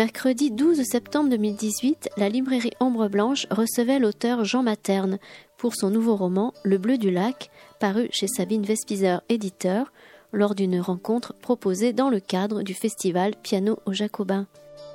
mercredi 12 septembre 2018, la librairie Ombre Blanche recevait l'auteur Jean Materne pour son nouveau roman Le Bleu du Lac, paru chez Sabine Vespizer, éditeur, lors d'une rencontre proposée dans le cadre du festival Piano aux Jacobins.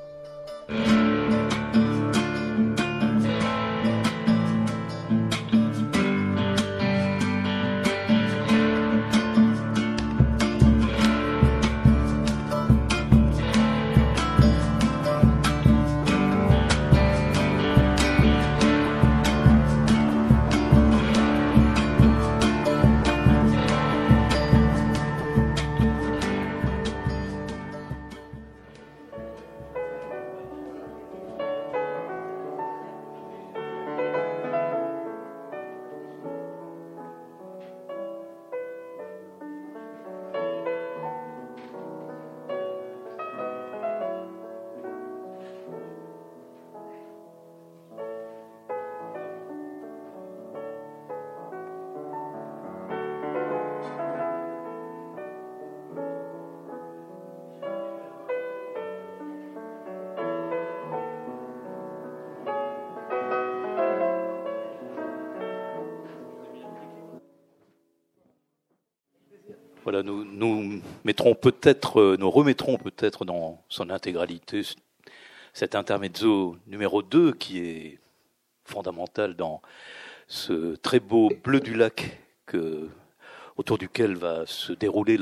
Voilà, nous remettrons peut-être dans son intégralité cet intermezzo numéro 2 qui est fondamental dans ce très beau Bleu du Lac autour duquel va se dérouler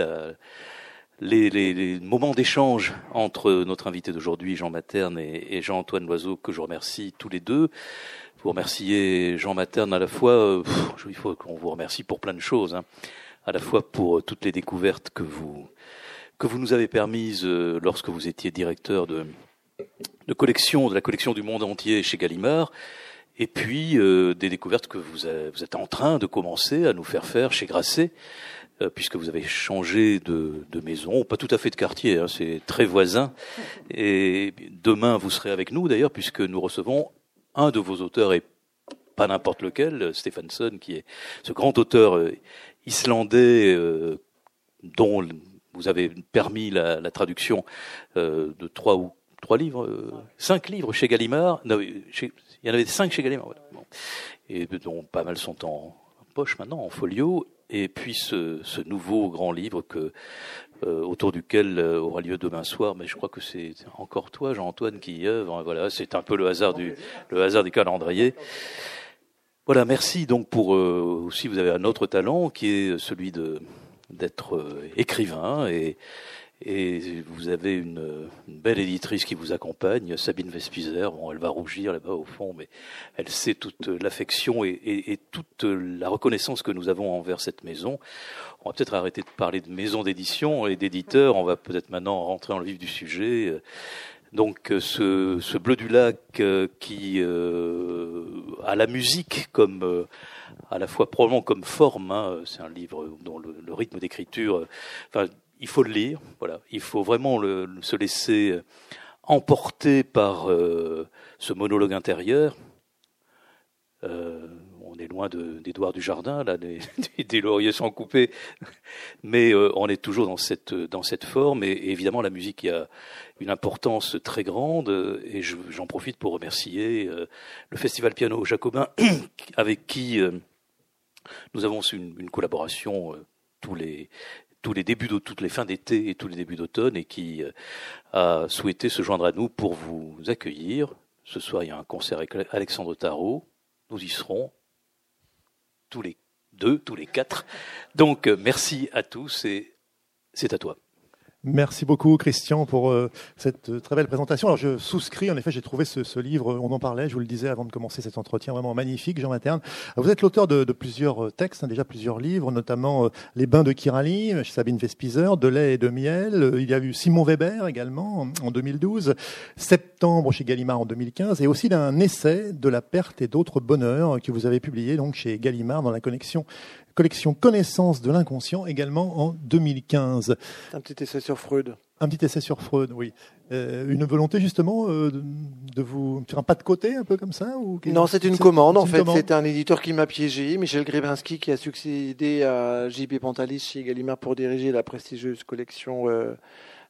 les moments d'échange entre notre invité d'aujourd'hui, Jean Materne, et Jean-Antoine Loiseau, que je remercie tous les deux. Vous remercier Jean Materne à la fois, il faut qu'on vous remercie pour plein de choses, hein. À la fois pour toutes les découvertes que vous nous avez permises lorsque vous étiez directeur de la collection du monde entier chez Gallimard, et puis des découvertes que vous êtes en train de commencer à nous faire chez Grasset, puisque vous avez changé de maison, pas tout à fait de quartier, hein, c'est très voisin, et demain vous serez avec nous d'ailleurs, puisque nous recevons un de vos auteurs, et pas n'importe lequel, Stephenson, qui est ce grand auteur islandais dont vous avez permis la traduction de 5 livres chez Gallimard. Non, il y en avait 5 chez Gallimard, voilà. Bon. Et dont pas mal sont en poche maintenant, en folio. Et puis ce nouveau grand livre autour duquel aura lieu demain soir. Mais je crois que c'est encore toi, Jean-Antoine, qui y œuvre. Voilà, c'est un peu le hasard du calendrier. Voilà, merci donc pour aussi vous avez un autre talent qui est celui d'être écrivain et vous avez une belle éditrice qui vous accompagne, Sabine Vespizer. Bon, elle va rougir là-bas au fond, mais elle sait toute l'affection et toute la reconnaissance que nous avons envers cette maison. On va peut-être arrêter de parler de maison d'édition et d'éditeur. On va peut-être maintenant rentrer dans le vif du sujet. Donc ce Bleu du Lac qui a la musique comme à la fois probablement comme forme, hein, c'est un livre dont le rythme d'écriture, il faut le lire, voilà, il faut vraiment se laisser emporter par ce monologue intérieur. On est loin d'Édouard Dujardin, là, des lauriers sont coupés, mais on est toujours dans cette forme, et évidemment la musique y a une importance très grande, et j'en profite pour remercier le Festival Piano aux Jacobins, avec qui nous avons une collaboration tous les débuts toutes les fins d'été et tous les débuts d'automne, et qui a souhaité se joindre à nous pour vous accueillir. Ce soir, il y a un concert avec Alexandre Tarot. Nous y serons tous les 4. Donc, merci à tous, et c'est à toi. Merci beaucoup Christian pour cette très belle présentation. Alors je souscris, en effet j'ai trouvé ce livre, on en parlait, je vous le disais avant de commencer cet entretien, vraiment magnifique, Jean Materne. Vous êtes l'auteur de plusieurs textes, déjà plusieurs livres, notamment Les Bains de Kirali chez Sabine Vespizer, De lait et de miel. Il y a eu Simon Weber également en 2012, Septembre chez Gallimard en 2015, et aussi d'un essai de la perte et d'autres bonheurs que vous avez publié donc chez Gallimard dans la collection Connaissance de l'inconscient, également en 2015. Un petit essai sur Freud. Un petit essai sur Freud, oui. Une volonté justement de vous faire un pas de côté, un peu comme ça ou... Non, c'est une commande. En fait, c'est un éditeur qui m'a piégé, Michel Grebinski, qui a succédé à J.P. Pantalis chez Gallimard pour diriger la prestigieuse collection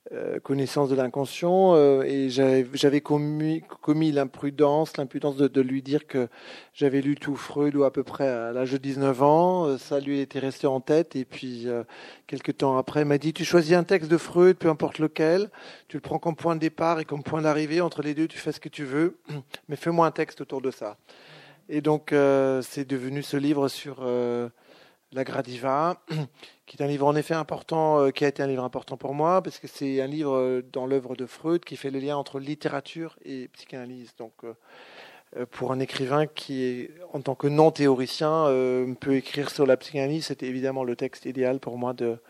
connaissance de l'inconscient et j'avais commis l'imprudence de lui dire que j'avais lu tout Freud ou à peu près à l'âge de 19 ans. Ça lui était resté en tête et puis quelques temps après, il m'a dit: tu choisis un texte de Freud, peu importe lequel, tu le prends comme point de départ et comme point d'arrivée, entre les deux tu fais ce que tu veux, mais fais-moi un texte autour de ça. Et donc c'est devenu ce livre sur la Gradiva, qui est un livre en effet important, qui a été un livre important pour moi, parce que c'est un livre dans l'œuvre de Freud qui fait le lien entre littérature et psychanalyse. Donc, pour un écrivain qui est, en tant que non-théoricien, peut écrire sur la psychanalyse, c'était évidemment le texte idéal pour moi de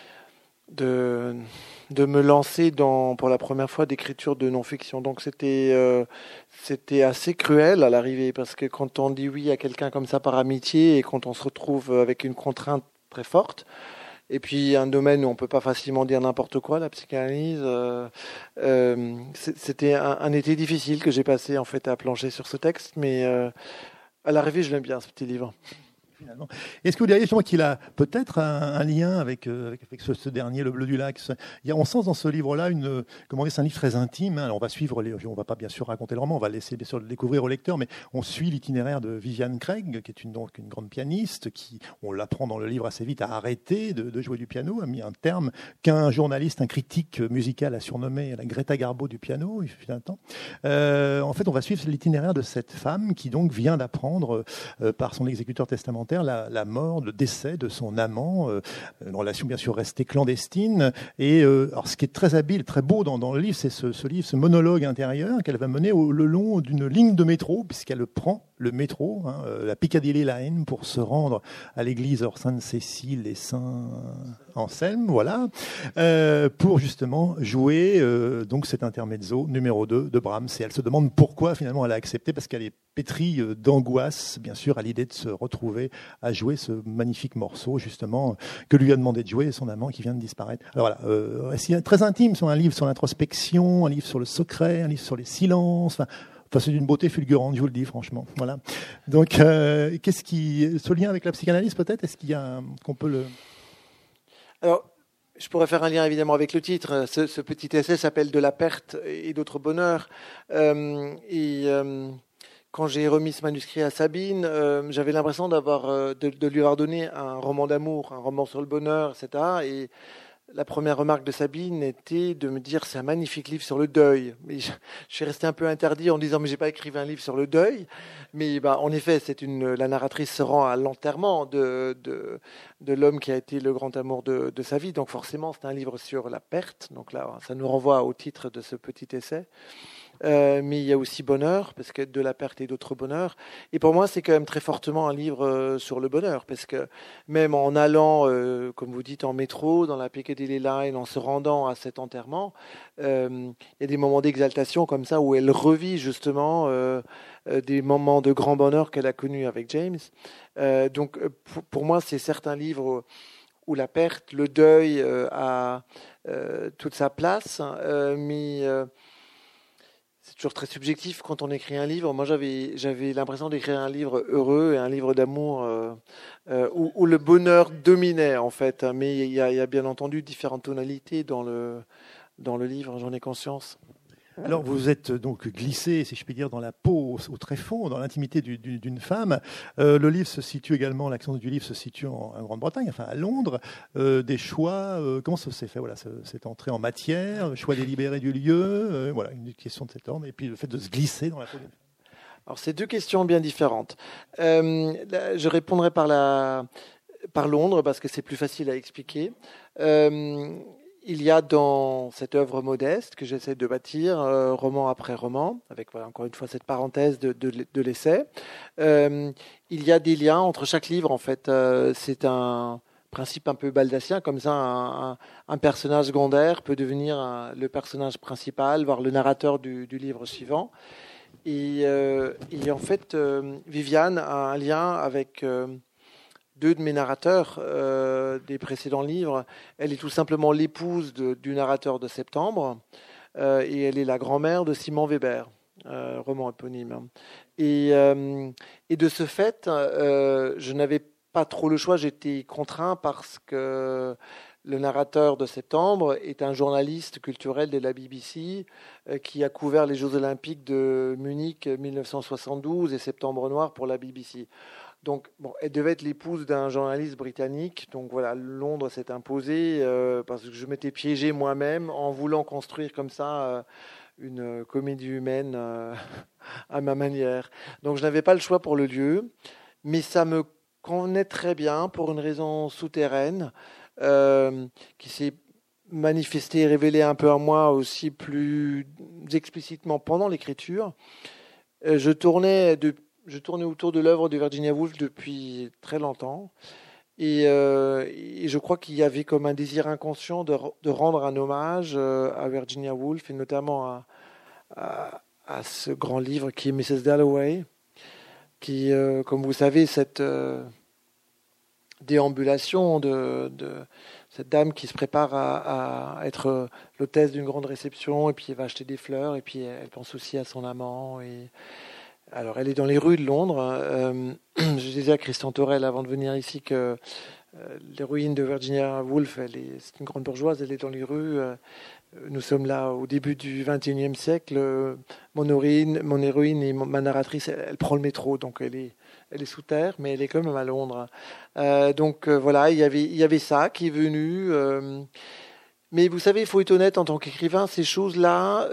me lancer pour la première fois d'écriture de non-fiction. Donc c'était assez cruel à l'arrivée, parce que quand on dit oui à quelqu'un comme ça par amitié et quand on se retrouve avec une contrainte très forte, et puis un domaine où on peut pas facilement dire n'importe quoi, la psychanalyse, c'était un été difficile que j'ai passé en fait à plancher sur ce texte, mais à l'arrivée je l'aime bien, ce petit livre. Finalement. Est-ce que vous diriez justement qu'il a peut-être un lien avec ce dernier, Le Bleu du Lac? On sent dans ce livre-là c'est un livre très intime. Alors on va suivre, on va pas bien sûr raconter le roman, on va laisser bien sûr le découvrir au lecteur, mais on suit l'itinéraire de Viviane Craig, qui est une grande pianiste, qui, on l'apprend dans le livre assez vite, a arrêté de jouer du piano, a mis un terme qu'un journaliste, un critique musical a surnommé la Greta Garbo du piano, il fut un temps. En fait, on va suivre l'itinéraire de cette femme qui donc vient d'apprendre par son exécuteur testamentaire la mort, le décès de son amant, une relation bien sûr restée clandestine. Et alors, ce qui est très habile, très beau dans le livre, c'est ce monologue intérieur qu'elle va mener le long d'une ligne de métro, puisqu'elle prend le métro, la Piccadilly Line, pour se rendre à l'église Sainte-Cécile et Saint-Anselme, voilà, pour justement jouer donc cet intermezzo numéro 2 de Brahms. Et elle se demande pourquoi finalement elle a accepté, parce qu'elle est pétrie d'angoisse, bien sûr, à l'idée de se retrouver à jouer ce magnifique morceau, justement, que lui a demandé de jouer son amant qui vient de disparaître. Alors voilà, récit très intime, sur un livre sur l'introspection, un livre sur le secret, un livre sur les silences, enfin, c'est d'une beauté fulgurante, je vous le dis franchement. Voilà. Donc, ce lien avec la psychanalyse peut-être, est-ce qu'il y a qu'on peut le... Alors, je pourrais faire un lien évidemment avec le titre. Ce petit essai s'appelle De la perte et d'autres bonheurs. Quand j'ai remis ce manuscrit à Sabine, j'avais l'impression de lui avoir donné un roman d'amour, un roman sur le bonheur, etc. Et la première remarque de Sabine était de me dire: c'est un magnifique livre sur le deuil. Mais je suis resté un peu interdit en disant: mais j'ai pas écrit un livre sur le deuil. Mais en effet, la narratrice se rend à l'enterrement de l'homme qui a été le grand amour de sa vie. Donc forcément, c'est un livre sur la perte. Donc là, ça nous renvoie au titre de ce petit essai. Mais il y a aussi bonheur, parce que de la perte et d'autres bonheurs. Et pour moi, c'est quand même très fortement un livre sur le bonheur, parce que même en allant, comme vous dites, en métro, dans la Piccadilly Line, en se rendant à cet enterrement, il y a des moments d'exaltation comme ça, où elle revit justement des moments de grand bonheur qu'elle a connus avec James. Donc pour moi, c'est certes un livre où la perte, le deuil a toute sa place, mais... c'est toujours très subjectif quand on écrit un livre. Moi, j'avais l'impression d'écrire un livre heureux et un livre d'amour où le bonheur dominait, en fait. Mais il y a bien entendu différentes tonalités dans le livre, j'en ai conscience. Alors, vous êtes donc glissé, si je puis dire, dans la peau, au tréfonds, dans l'intimité d'une femme. Le livre se situe également, l'action du livre se situe en Grande-Bretagne, enfin à Londres. Des choix, comment ça s'est fait, voilà, cette entrée en matière, le choix délibéré du lieu, voilà, une question de cet ordre, et puis le fait de se glisser dans la peau d'une femme. Alors, c'est deux questions bien différentes. Je répondrai par Londres, parce que c'est plus facile à expliquer. Il y a dans cette œuvre modeste que j'essaie de bâtir, roman après roman, avec encore une fois cette parenthèse de l'essai, il y a des liens entre chaque livre, en fait. C'est un principe un peu baldacien, comme ça un personnage secondaire peut devenir le personnage principal, voire le narrateur du livre suivant. Et en fait, Viviane a un lien avec... deux de mes narrateurs des précédents livres. Elle est tout simplement l'épouse du narrateur de Septembre et elle est la grand-mère de Simon Weber, roman éponyme. Et de ce fait, je n'avais pas trop le choix, j'étais contraint parce que le narrateur de Septembre est un journaliste culturel de la BBC qui a couvert les Jeux Olympiques de Munich 1972 et Septembre Noir pour la BBC. Donc, bon, elle devait être l'épouse d'un journaliste britannique. Donc voilà, Londres s'est imposé parce que je m'étais piégé moi-même en voulant construire comme ça une comédie humaine à ma manière. Donc je n'avais pas le choix pour le lieu, mais ça me convenait très bien pour une raison souterraine qui s'est manifestée et révélée un peu à moi aussi plus explicitement pendant l'écriture. Je tournais autour de l'œuvre de Virginia Woolf depuis très longtemps. Et je crois qu'il y avait comme un désir inconscient de rendre un hommage à Virginia Woolf, et notamment à ce grand livre qui est Mrs. Dalloway, qui, comme vous savez, cette déambulation de cette dame qui se prépare à être l'hôtesse d'une grande réception, et puis elle va acheter des fleurs, et puis elle pense aussi à son amant. Alors, elle est dans les rues de Londres. Je disais à Christian Torel avant de venir ici que l'héroïne de Virginia Woolf, c'est une grande bourgeoise, elle est dans les rues. Nous sommes là au début du XXIe siècle. Mon héroïne et ma narratrice, elle prend le métro, donc elle est sous terre, mais elle est quand même à Londres. Donc voilà, il y avait ça qui est venu. Mais vous savez, il faut être honnête en tant qu'écrivain, ces choses-là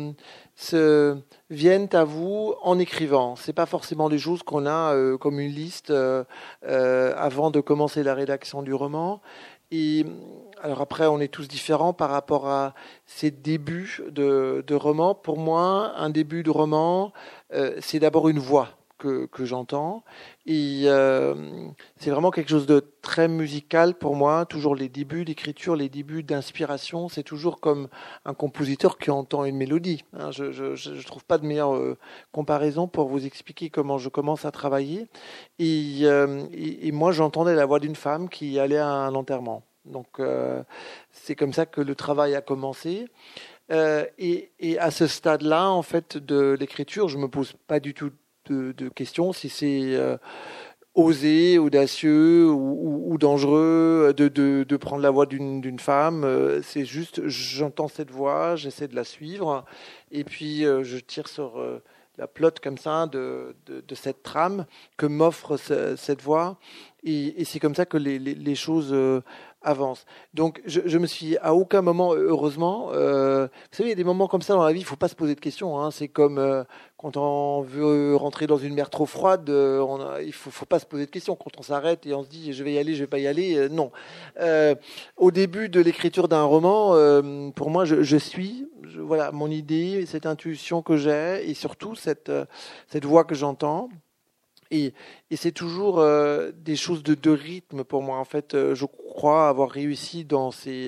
viennent à vous en écrivant. C'est pas forcément des choses qu'on a comme une liste avant de commencer la rédaction du roman. Et alors après, on est tous différents par rapport à ces débuts de roman. Pour moi, un début de roman, c'est d'abord une voix que j'entends. Et c'est vraiment quelque chose de très musical pour moi. Toujours les débuts d'écriture, les débuts d'inspiration, c'est toujours comme un compositeur qui entend une mélodie. Je trouve pas de meilleure comparaison pour vous expliquer comment je commence à travailler. Et moi, j'entendais la voix d'une femme qui allait à un enterrement. Donc c'est comme ça que le travail a commencé. Et à ce stade-là, en fait, de l'écriture, je me pose pas du tout de questions si c'est osé, audacieux ou dangereux de prendre la voix d'une femme. C'est juste, j'entends cette voix, j'essaie de la suivre, et puis je tire sur la plot comme ça de cette trame que m'offre cette voix, et c'est comme ça que les choses avancent. Donc je me suis à aucun moment, heureusement, vous savez, il y a des moments comme ça dans la vie, il ne faut pas se poser de questions, hein. C'est comme quand on veut rentrer dans une mer trop froide, il faut pas se poser de questions. Quand on s'arrête et on se dit je vais y aller, je vais pas y aller, non. Au début de l'écriture d'un roman, pour moi, je suis, voilà, mon idée, cette intuition que j'ai, et surtout cette voix que j'entends. Et c'est toujours des choses de rythme pour moi. En fait, je crois avoir réussi dans ces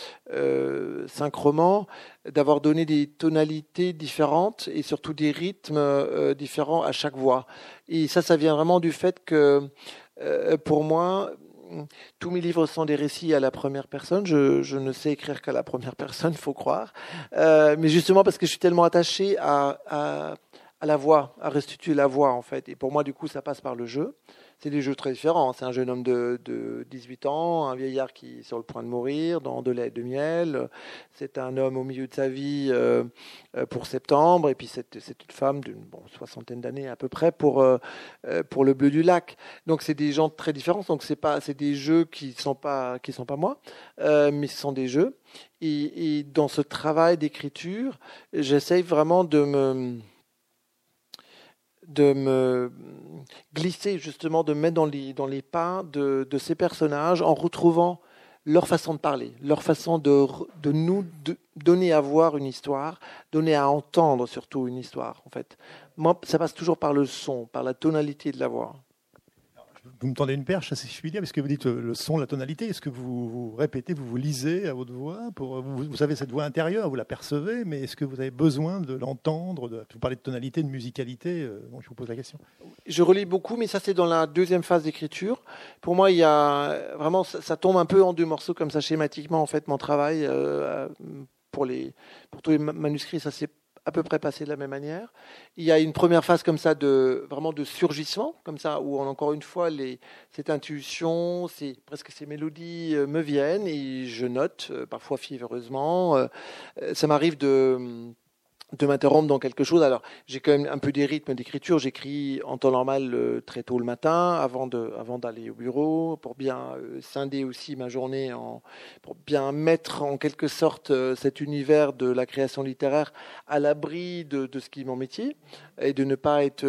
5 romans d'avoir donné des tonalités différentes et surtout des rythmes différents à chaque voix. Et ça vient vraiment du fait que, pour moi, tous mes livres sont des récits à la première personne. Je ne sais écrire qu'à la première personne, faut croire. Mais justement parce que je suis tellement attaché à la voix, à restituer la voix, en fait. Et pour moi, du coup, ça passe par le jeu. C'est des jeux très différents. C'est un jeune homme de 18 ans, un vieillard qui est sur le point de mourir, dans de lait et de miel. C'est un homme au milieu de sa vie pour Septembre. Et puis, c'est une femme d'une soixantaine d'années à peu près pour le Bleu du Lac. Donc, c'est des gens très différents. Donc, c'est des jeux qui sont pas moi, mais ce sont des jeux. Et dans ce travail d'écriture, j'essaye vraiment de me glisser, justement, de me mettre dans les pas de ces personnages en retrouvant leur façon de parler, leur façon de nous donner à voir une histoire, donner à entendre surtout une histoire. En fait, moi, ça passe toujours par le son, par la tonalité de la voix. Vous me tendez une perche, si je puis dire, parce que vous dites le son, la tonalité. Est-ce que vous répétez, vous lisez à votre voix vous avez cette voix intérieure, vous la percevez, mais est-ce que vous avez besoin de l'entendre Vous parlez de tonalité, de musicalité, donc je vous pose la question. Je relis beaucoup, mais ça c'est dans la deuxième phase d'écriture. Pour moi, il y a vraiment, ça tombe un peu en 2 morceaux comme ça schématiquement, en fait, mon travail pour tous les manuscrits, ça c'est à peu près passé de la même manière. Il y a une première phase comme ça vraiment de surgissement, comme ça, où encore une fois, cette intuition, presque ces mélodies me viennent et je note, parfois fiévreusement. Ça m'arrive de m'interrompre dans quelque chose. Alors, j'ai quand même un peu des rythmes d'écriture. J'écris en temps normal très tôt le matin, avant d'aller au bureau, pour bien scinder aussi ma journée, pour bien mettre en quelque sorte cet univers de la création littéraire à l'abri de ce qui est mon métier, et de ne pas être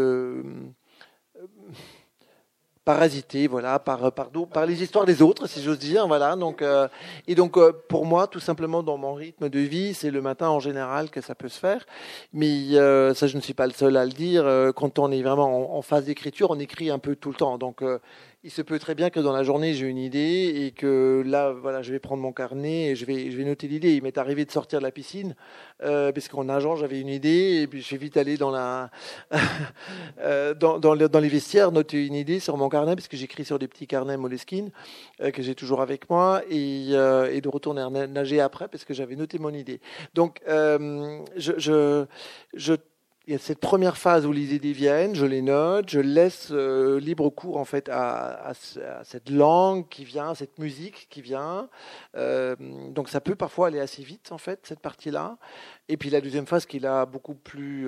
parasité, voilà, par les histoires des autres, si j'ose dire, voilà. Donc, pour moi, tout simplement, dans mon rythme de vie, c'est le matin en général que ça peut se faire. Mais ça, je ne suis pas le seul à le dire. Quand on est vraiment en phase d'écriture, on écrit un peu tout le temps. Donc, il se peut très bien que dans la journée, j'ai une idée et que là, voilà, je vais prendre mon carnet et je vais noter l'idée. Il m'est arrivé de sortir de la piscine parce qu'en nageant, j'avais une idée et puis je vais vite aller dans les vestiaires, noter une idée sur mon carnet parce que j'écris sur des petits carnets Moleskine que j'ai toujours avec moi et de retourner nager après parce que j'avais noté mon idée. Donc, il y a cette première phase où les idées viennent, je les note, je laisse libre cours en fait à cette langue qui vient, à cette musique qui vient. Donc ça peut parfois aller assez vite en fait cette partie-là. Et puis la deuxième phase qui est là beaucoup plus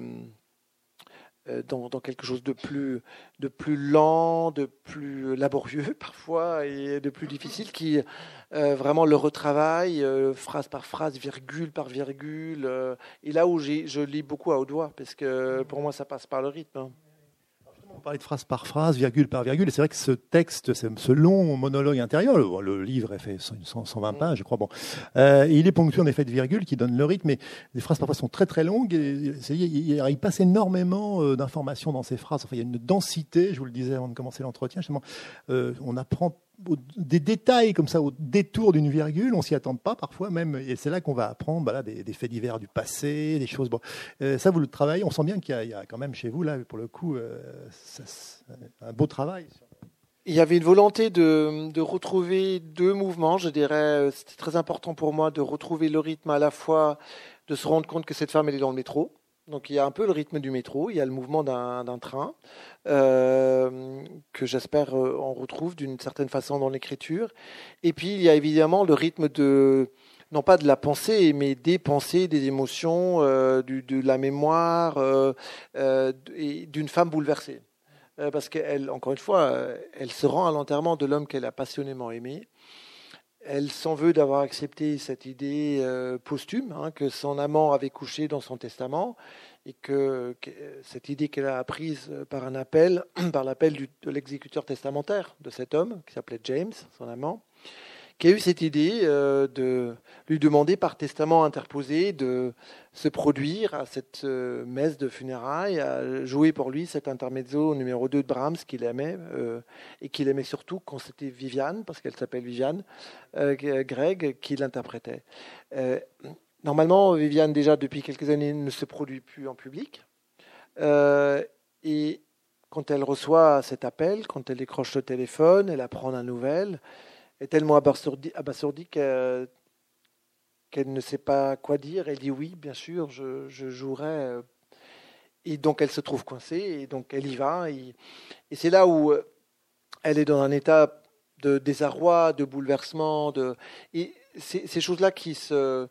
dans quelque chose de plus lent, de plus laborieux parfois et de plus difficile, qui vraiment le retravaille phrase par phrase, virgule par virgule. Et là où je lis beaucoup à haute voix, parce que pour moi ça passe par le rythme. Hein. On parlait de phrase par phrase, virgule par virgule, et c'est vrai que ce texte, ce long monologue intérieur, le livre est fait 120 pages, je crois, il est ponctué en effet de virgules qui donnent le rythme, mais les phrases parfois sont très très longues, et il passe énormément d'informations dans ces phrases, enfin, il y a une densité, je vous le disais avant de commencer l'entretien, justement, on apprend des détails comme ça au détour d'une virgule, on s'y attend pas parfois même, et c'est là qu'on va apprendre voilà, des faits divers du passé, des choses. Bon, ça vous le travaillez, on sent bien qu'il y a quand même chez vous là pour le coup un beau travail. Il y avait une volonté de retrouver deux mouvements, je dirais. C'était très important pour moi de retrouver le rythme à la fois, de se rendre compte que cette femme elle est dans le métro. Donc il y a un peu le rythme du métro, il y a le mouvement d'un train que j'espère on retrouve d'une certaine façon dans l'écriture. Et puis il y a évidemment le rythme non pas de la pensée, mais des pensées, des émotions, de la mémoire et d'une femme bouleversée. Parce qu'elle, encore une fois, elle se rend à l'enterrement de l'homme qu'elle a passionnément aimé. Elle s'en veut d'avoir accepté cette idée posthume, que son amant avait couché dans son testament, et que cette idée qu'elle a apprise par l'appel de l'exécuteur testamentaire de cet homme, qui s'appelait James, son amant, qui a eu cette idée de lui demander par testament interposé de se produire à cette messe de funérailles, à jouer pour lui cet intermezzo numéro 2 de Brahms qu'il aimait, et qu'il aimait surtout quand c'était Viviane, parce qu'elle s'appelle Viviane, Greg, qui l'interprétait. Normalement, Viviane, déjà depuis quelques années, ne se produit plus en public. Et quand elle reçoit cet appel, quand elle décroche le téléphone, elle apprend la nouvelle, est tellement abasourdie qu'elle ne sait pas quoi dire. Elle dit oui, bien sûr, je jouerai. Et donc elle se trouve coincée, et donc elle y va. Et c'est là où elle est dans un état de désarroi, de bouleversement. Et ces choses-là qui se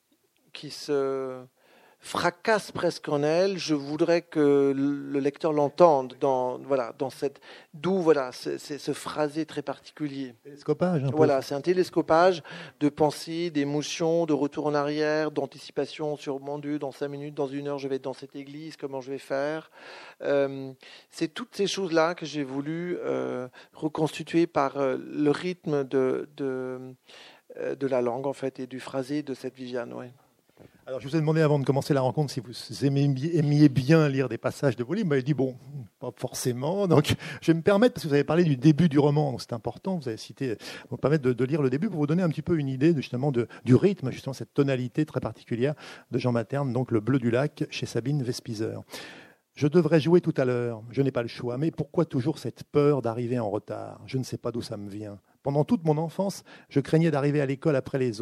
fracasse presque en elle. Je voudrais que le lecteur l'entende dans cette c'est ce phrasé très particulier. Télescopage. Voilà, c'est un télescopage de pensée, d'émotions, de retour en arrière, d'anticipation sur mon Dieu, dans 5 minutes, dans 1 heure, je vais être dans cette église, comment je vais faire. C'est toutes ces choses-là que j'ai voulu reconstituer par le rythme de la langue en fait et du phrasé de cette Viviane. Ouais. Alors, je vous ai demandé avant de commencer la rencontre si vous aimiez bien lire des passages de vos livres. Vous m'avez dit, bon, pas forcément. Donc, je vais me permettre, parce que vous avez parlé du début du roman, donc c'est important, vous avez cité, vous permettre de lire le début pour vous donner un petit peu une idée justement du rythme, justement cette tonalité très particulière de Jean Materne, donc Le Bleu du Lac, chez Sabine Vespizer. Je devrais jouer tout à l'heure, je n'ai pas le choix, mais pourquoi toujours cette peur d'arriver en retard ? Je ne sais pas d'où ça me vient. Pendant toute mon enfance, je craignais d'arriver à l'école après les autres.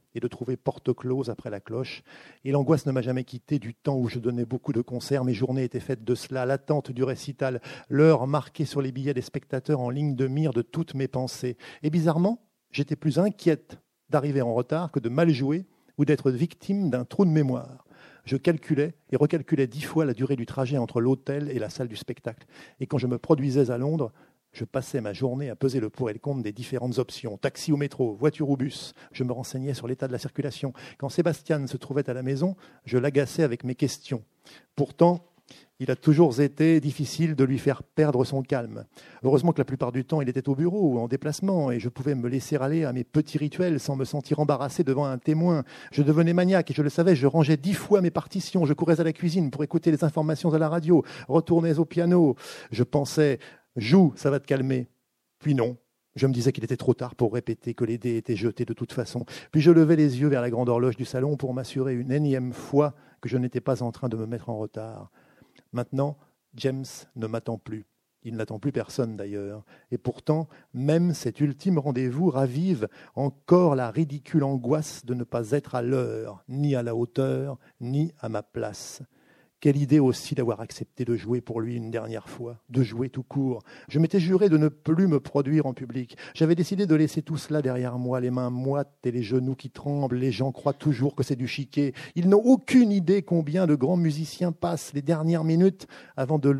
et de trouver porte close après la cloche. Et l'angoisse ne m'a jamais quitté du temps où je donnais beaucoup de concerts. Mes journées étaient faites de cela, l'attente du récital, l'heure marquée sur les billets des spectateurs en ligne de mire de toutes mes pensées. Et bizarrement, j'étais plus inquiète d'arriver en retard que de mal jouer ou d'être victime d'un trou de mémoire. Je calculais et recalculais 10 fois la durée du trajet entre l'hôtel et la salle du spectacle. Et quand je me produisais à Londres, je passais ma journée à peser le pour et le contre des différentes options. Taxi ou métro, voiture ou bus. Je me renseignais sur l'état de la circulation. Quand Sébastien se trouvait à la maison, je l'agaçais avec mes questions. Pourtant, il a toujours été difficile de lui faire perdre son calme. Heureusement que la plupart du temps, il était au bureau ou en déplacement et je pouvais me laisser aller à mes petits rituels sans me sentir embarrassé devant un témoin. Je devenais maniaque et je le savais, je rangeais 10 fois mes partitions. Je courais à la cuisine pour écouter les informations à la radio, retournais au piano. Je pensais... Joue, ça va te calmer. Puis non, je me disais qu'il était trop tard pour répéter, que les dés étaient jetés de toute façon. Puis je levais les yeux vers la grande horloge du salon pour m'assurer une énième fois que je n'étais pas en train de me mettre en retard. Maintenant, James ne m'attend plus. Il n'attend plus personne d'ailleurs. Et pourtant, même cet ultime rendez-vous ravive encore la ridicule angoisse de ne pas être à l'heure, ni à la hauteur, ni à ma place. Quelle idée aussi d'avoir accepté de jouer pour lui une dernière fois, de jouer tout court. Je m'étais juré de ne plus me produire en public. J'avais décidé de laisser tout cela derrière moi, les mains moites et les genoux qui tremblent. Les gens croient toujours que c'est du chiquet. Ils n'ont aucune idée combien de grands musiciens passent les dernières minutes avant le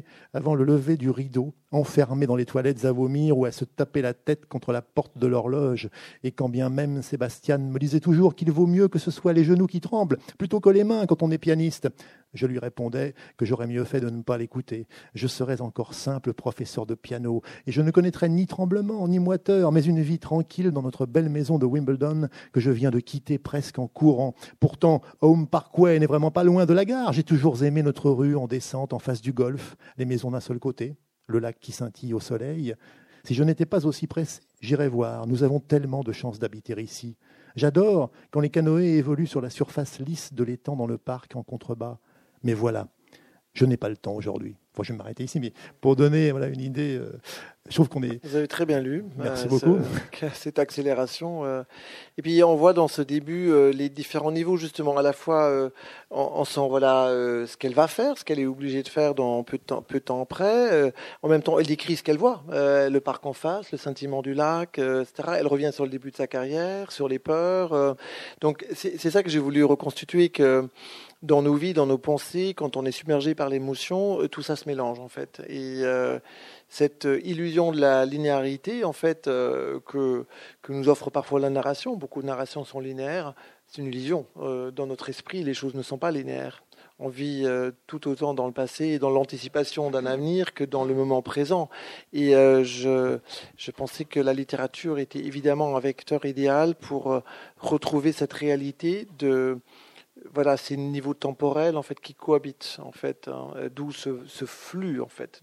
lever du rideau, enfermés dans les toilettes à vomir ou à se taper la tête contre la porte de l'horloge. Et quand bien même Sébastien me disait toujours qu'il vaut mieux que ce soit les genoux qui tremblent plutôt que les mains quand on est pianiste, je lui répondais que j'aurais mieux fait de ne pas l'écouter. Je serais encore simple professeur de piano et je ne connaîtrais ni tremblement ni moiteur, mais une vie tranquille dans notre belle maison de Wimbledon que je viens de quitter presque en courant. Pourtant, Home Parkway n'est vraiment pas loin de la gare. J'ai toujours aimé notre rue en descente en face du golf, les maisons d'un seul côté, le lac qui scintille au soleil. Si je n'étais pas aussi pressé, j'irais voir. Nous avons tellement de chance d'habiter ici. J'adore quand les canoës évoluent sur la surface lisse de l'étang dans le parc en contrebas. Mais voilà, je n'ai pas le temps aujourd'hui. Enfin, je vais m'arrêter ici, mais pour donner une idée, je trouve qu'on est... Vous avez très bien lu. Merci beaucoup. Cette accélération. Et puis on voit dans ce début les différents niveaux, justement, à la fois on sent ce qu'elle va faire, ce qu'elle est obligée de faire dans peu de temps après. En même temps, elle décrit ce qu'elle voit, le parc en face, le scintillement du lac, etc. Elle revient sur le début de sa carrière, sur les peurs. Donc c'est ça que j'ai voulu reconstituer, que dans nos vies, dans nos pensées, quand on est submergé par l'émotion, tout ça se mélange en fait. Et cette illusion de la linéarité en fait que nous offre parfois la narration, beaucoup de narrations sont linéaires, c'est une illusion. Dans notre esprit, les choses ne sont pas linéaires. On vit tout autant dans le passé et dans l'anticipation d'un avenir que dans le moment présent. Et je pensais que la littérature était évidemment un vecteur idéal pour retrouver cette réalité de... Voilà, ces niveaux temporels en fait qui cohabitent en fait, d'où ce flux en fait,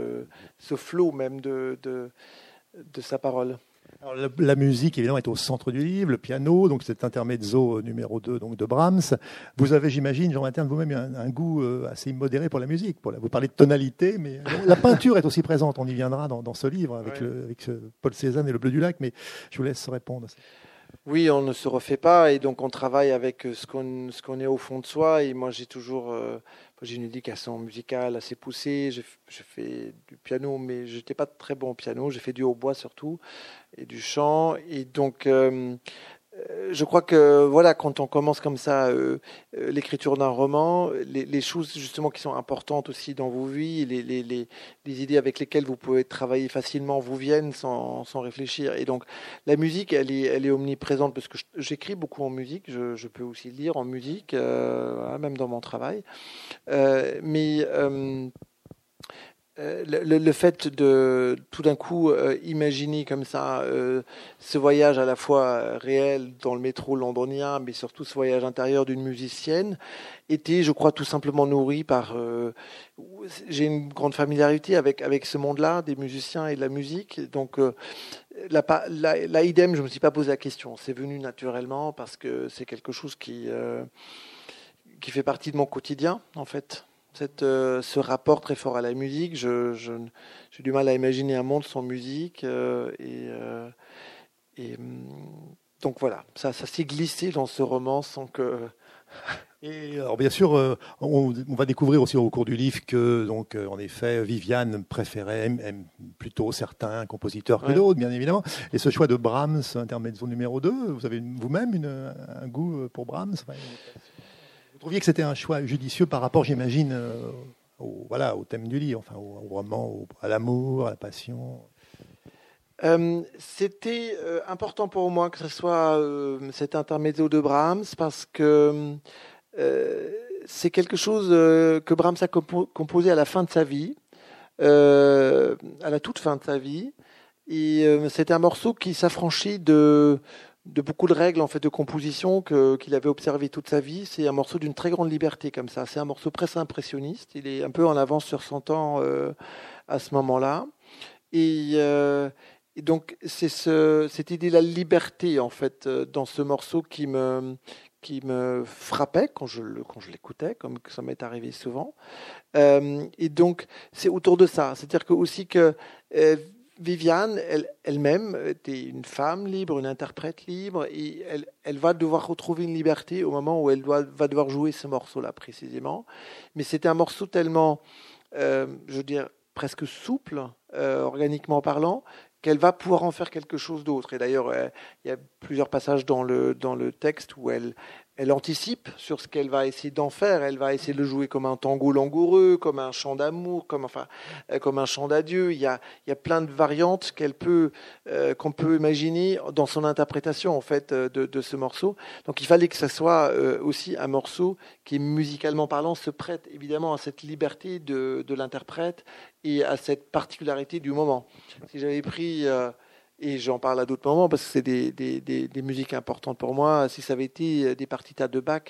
ce flot même de sa parole. Alors, la musique évidemment est au centre du livre, le piano, donc cet intermezzo numéro 2 donc de Brahms. Vous avez, j'imagine, Jean Materne, vous-même un goût assez immodéré pour la musique. Vous parlez de tonalité, mais la peinture est aussi présente. On y viendra dans ce livre avec Paul Cézanne et le Bleu du Lac, mais je vous laisse répondre à ça. Oui, on ne se refait pas et donc on travaille avec ce qu'on est au fond de soi. Et moi, j'ai une éducation musicale assez poussée. Je fais du piano, mais je n'étais pas très bon au piano. J'ai fait du hautbois surtout et du chant. Et donc, je crois que voilà, quand on commence comme ça l'écriture d'un roman, les choses justement qui sont importantes aussi dans vos vies, les idées avec lesquelles vous pouvez travailler facilement vous viennent sans réfléchir. Et donc la musique, elle est omniprésente parce que j'écris beaucoup en musique, je peux aussi lire en musique, même dans mon travail. Mais le fait de tout d'un coup imaginer comme ça ce voyage à la fois réel dans le métro londonien, mais surtout ce voyage intérieur d'une musicienne, était, je crois, tout simplement nourri par... j'ai une grande familiarité avec ce monde-là, des musiciens et de la musique. Donc, la idem, je ne me suis pas posé la question. C'est venu naturellement parce que c'est quelque chose qui fait partie de mon quotidien, en fait. Ce rapport très fort à la musique, j'ai du mal à imaginer un monde sans musique et Donc voilà, ça s'est glissé dans ce roman sans que... Et alors bien sûr, on va découvrir aussi au cours du livre que, donc, en effet, Viviane aime plutôt certains compositeurs que d'autres, bien évidemment. Et ce choix de Brahms, intermezzo numéro 2, vous avez vous-même un goût pour Brahms. Vous trouviez que c'était un choix judicieux par rapport, j'imagine, au thème du livre, enfin, au roman, à l'amour, à la passion. C'était important pour moi que ce soit cet intermezzo de Brahms parce que c'est quelque chose que Brahms a composé à la fin de sa vie, à la toute fin de sa vie, et c'était un morceau qui s'affranchit de beaucoup de règles en fait de composition qu'il avait observé toute sa vie. C'est un morceau d'une très grande liberté comme ça. C'est un morceau presque impressionniste. Il est un peu en avance sur son temps à ce moment-là, et donc c'est cette idée de la liberté en fait dans ce morceau qui me frappait quand je l'écoutais, comme ça m'est arrivé souvent. Et donc c'est autour de ça, c'est-à-dire que aussi que Viviane elle-même était une femme libre, une interprète libre, et elle va devoir retrouver une liberté au moment où elle va devoir jouer ce morceau-là précisément. Mais c'était un morceau tellement, je veux dire, presque souple, organiquement parlant, qu'elle va pouvoir en faire quelque chose d'autre. Et d'ailleurs, il y a plusieurs passages dans le texte où elle anticipe sur ce qu'elle va essayer d'en faire. Elle va essayer de le jouer comme un tango langoureux, comme un chant d'amour, comme un chant d'adieu. Il y a plein de variantes qu'on peut imaginer dans son interprétation en fait de ce morceau. Donc il fallait que ça soit aussi un morceau qui, musicalement parlant, se prête évidemment à cette liberté de l'interprète et à cette particularité du moment. Si j'avais pris, et j'en parle à d'autres moments parce que c'est des musiques importantes pour moi, si ça avait été des partitas de Bach,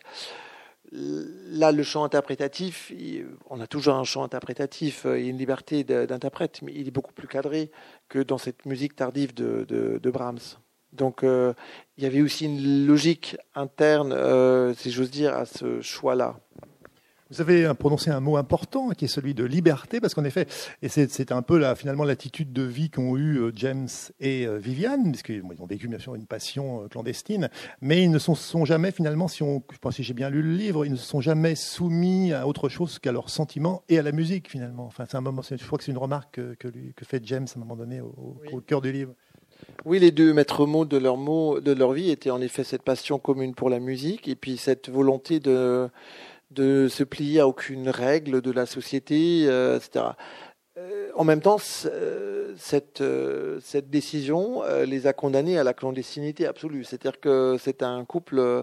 là le chant interprétatif, on a toujours un chant interprétatif et une liberté d'interprète, mais il est beaucoup plus cadré que dans cette musique tardive de Brahms. Donc il y avait aussi une logique interne, si j'ose dire, à ce choix-là. Vous avez prononcé un mot important qui est celui de liberté, parce qu'en effet, et c'est un peu finalement l'attitude de vie qu'ont eu James et Viviane, parce qu'ils ont vécu bien sûr une passion clandestine, mais ils ne sont jamais finalement, je pense que j'ai bien lu le livre, ils ne se sont jamais soumis à autre chose qu'à leurs sentiments et à la musique finalement. Enfin, c'est un moment, je crois que c'est une remarque que fait James à un moment donné au cœur du livre. Oui, les deux maîtres mots de leur vie étaient en effet cette passion commune pour la musique et puis cette volonté de se plier à aucune règle de la société, etc. En même temps, cette décision les a condamnés à la clandestinité absolue. C'est-à-dire que c'est un couple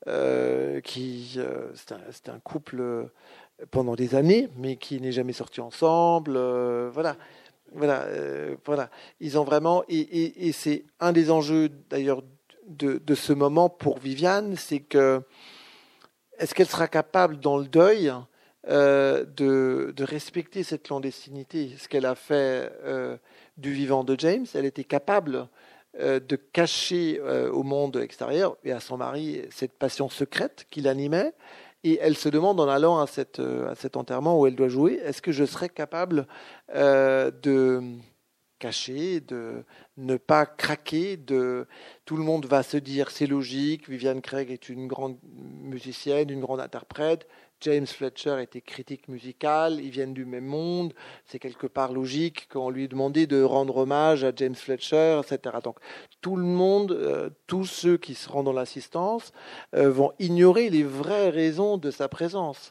c'est un couple pendant des années, mais qui n'est jamais sorti ensemble. Voilà. Ils ont vraiment et c'est un des enjeux d'ailleurs de ce moment pour Viviane, c'est que est-ce qu'elle sera capable, dans le deuil, de respecter cette clandestinité? Ce qu'elle a fait du vivant de James, elle était capable de cacher au monde extérieur et à son mari cette passion secrète qui l'animait. Et elle se demande en allant à cet enterrement où elle doit jouer, est-ce que je serai capable de caché, de ne pas craquer. Tout le monde va se dire c'est logique, Viviane Craig est une grande musicienne, une grande interprète, James Fletcher était critique musical, ils viennent du même monde, c'est quelque part logique qu'on lui demandait de rendre hommage à James Fletcher, etc. Donc tout le monde, tous ceux qui seront dans l'assistance vont ignorer les vraies raisons de sa présence.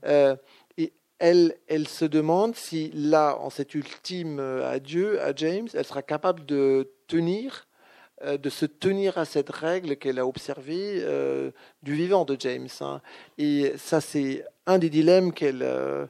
Elle se demande si là, en cet ultime adieu à James, elle sera capable de se tenir à cette règle qu'elle a observée du vivant de James. Et ça, c'est un des dilemmes qu'elle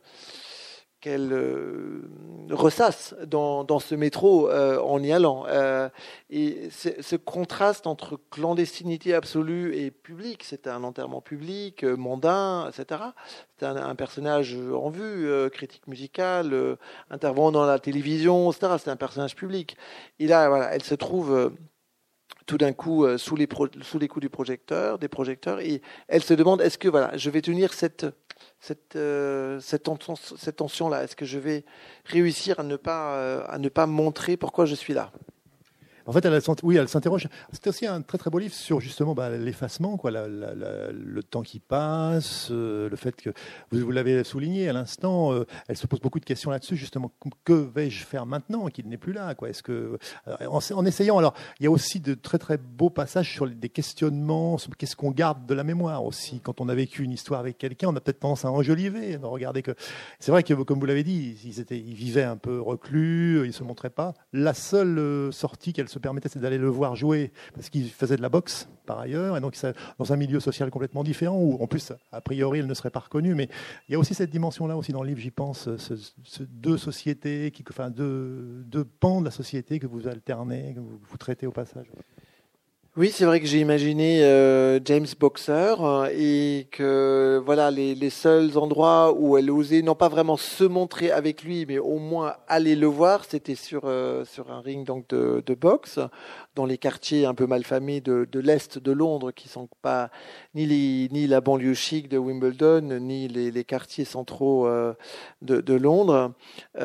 ressasse dans ce métro en y allant. Et ce contraste entre clandestinité absolue et public, c'est un enterrement public, mondain, etc. C'est un personnage en vue, critique musicale, intervenant dans la télévision, etc. C'est un personnage public. Et là, voilà, elle se trouve tout d'un coup sous les coups des projecteurs, et elle se demande est-ce que je vais tenir cette tension-là, est-ce que je vais réussir à ne pas montrer pourquoi je suis là? En fait, elle s'interroge. C'est aussi un très très beau livre sur justement l'effacement, quoi, le temps qui passe, le fait que vous l'avez souligné à l'instant. Elle se pose beaucoup de questions là-dessus, justement. Que vais-je faire maintenant qu'il n'est plus là, quoi? Est-ce que en essayant, alors, il y a aussi de très très beaux passages sur des questionnements. Sur qu'est-ce qu'on garde de la mémoire aussi quand on a vécu une histoire avec quelqu'un, on a peut-être tendance à enjoliver. Regardez que c'est vrai que, comme vous l'avez dit, ils vivaient un peu reclus, ils se montraient pas. La seule sortie qu'elle se permettait, c'est d'aller le voir jouer, parce qu'il faisait de la boxe par ailleurs, et donc dans un milieu social complètement différent, où en plus, a priori, elle ne serait pas reconnue. Mais il y a aussi cette dimension-là aussi dans le livre, j'y pense, deux sociétés, deux pans de la société que vous alternez, que vous traitez au passage. Oui, c'est vrai que j'ai imaginé James Boxer et que voilà les seuls endroits où elle osait non pas vraiment se montrer avec lui, mais au moins aller le voir, c'était sur un ring donc de boxe dans les quartiers un peu malfamés de l'est de Londres, qui sont pas ni la banlieue chic de Wimbledon, ni les quartiers centraux de Londres.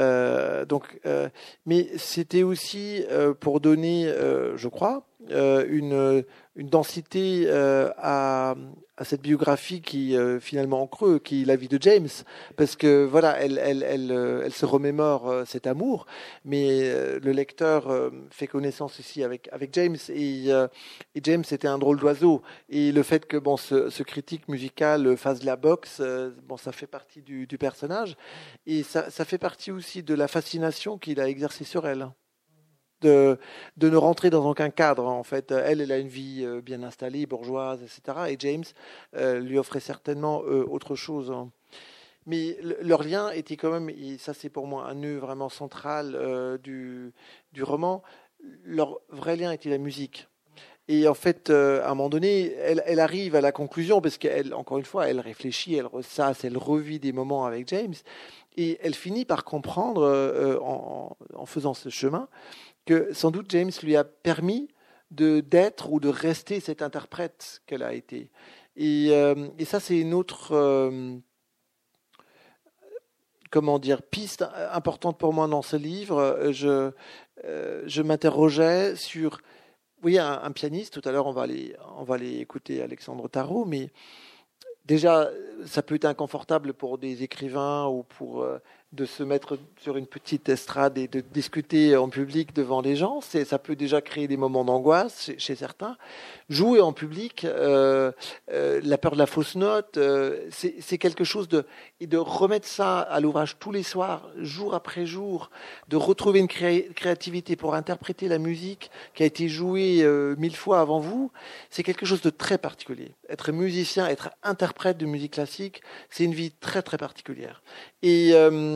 Mais c'était aussi pour donner, je crois, une densité à cette biographie qui finalement en creux, qui est la vie de James, parce que voilà, elle se remémore cet amour, mais le lecteur fait connaissance aussi avec James, et James était un drôle d'oiseau, et le fait que ce critique musical fasse de la boxe, ça fait partie du personnage, et ça fait partie aussi de la fascination qu'il a exercée sur elle. De ne rentrer dans aucun cadre. En fait, elle a une vie bien installée, bourgeoise, etc. Et James lui offrait certainement autre chose. Mais leur lien était quand même, et ça c'est pour moi un nœud vraiment central du roman, leur vrai lien était la musique. Et en fait, à un moment donné, elle arrive à la conclusion, parce qu'elle, encore une fois, elle réfléchit, elle ressasse, elle revit des moments avec James, et elle finit par comprendre, en faisant ce chemin, que sans doute James lui a permis d'être ou de rester cette interprète qu'elle a été. Et ça, c'est une autre piste importante pour moi dans ce livre. Je m'interrogeais sur... Oui, un pianiste, tout à l'heure on va aller écouter Alexandre Tarot, mais déjà, ça peut être inconfortable pour des écrivains ou pour de se mettre sur une petite estrade et de discuter en public devant les gens. Ça peut déjà créer des moments d'angoisse chez certains. Jouer en public, la peur de la fausse note, c'est quelque chose et de remettre ça à l'ouvrage tous les soirs, jour après jour, de retrouver une créativité pour interpréter la musique qui a été jouée 1000 fois avant vous, c'est quelque chose de très particulier. Être musicien, être interprète de musique classique, c'est une vie très très particulière. Et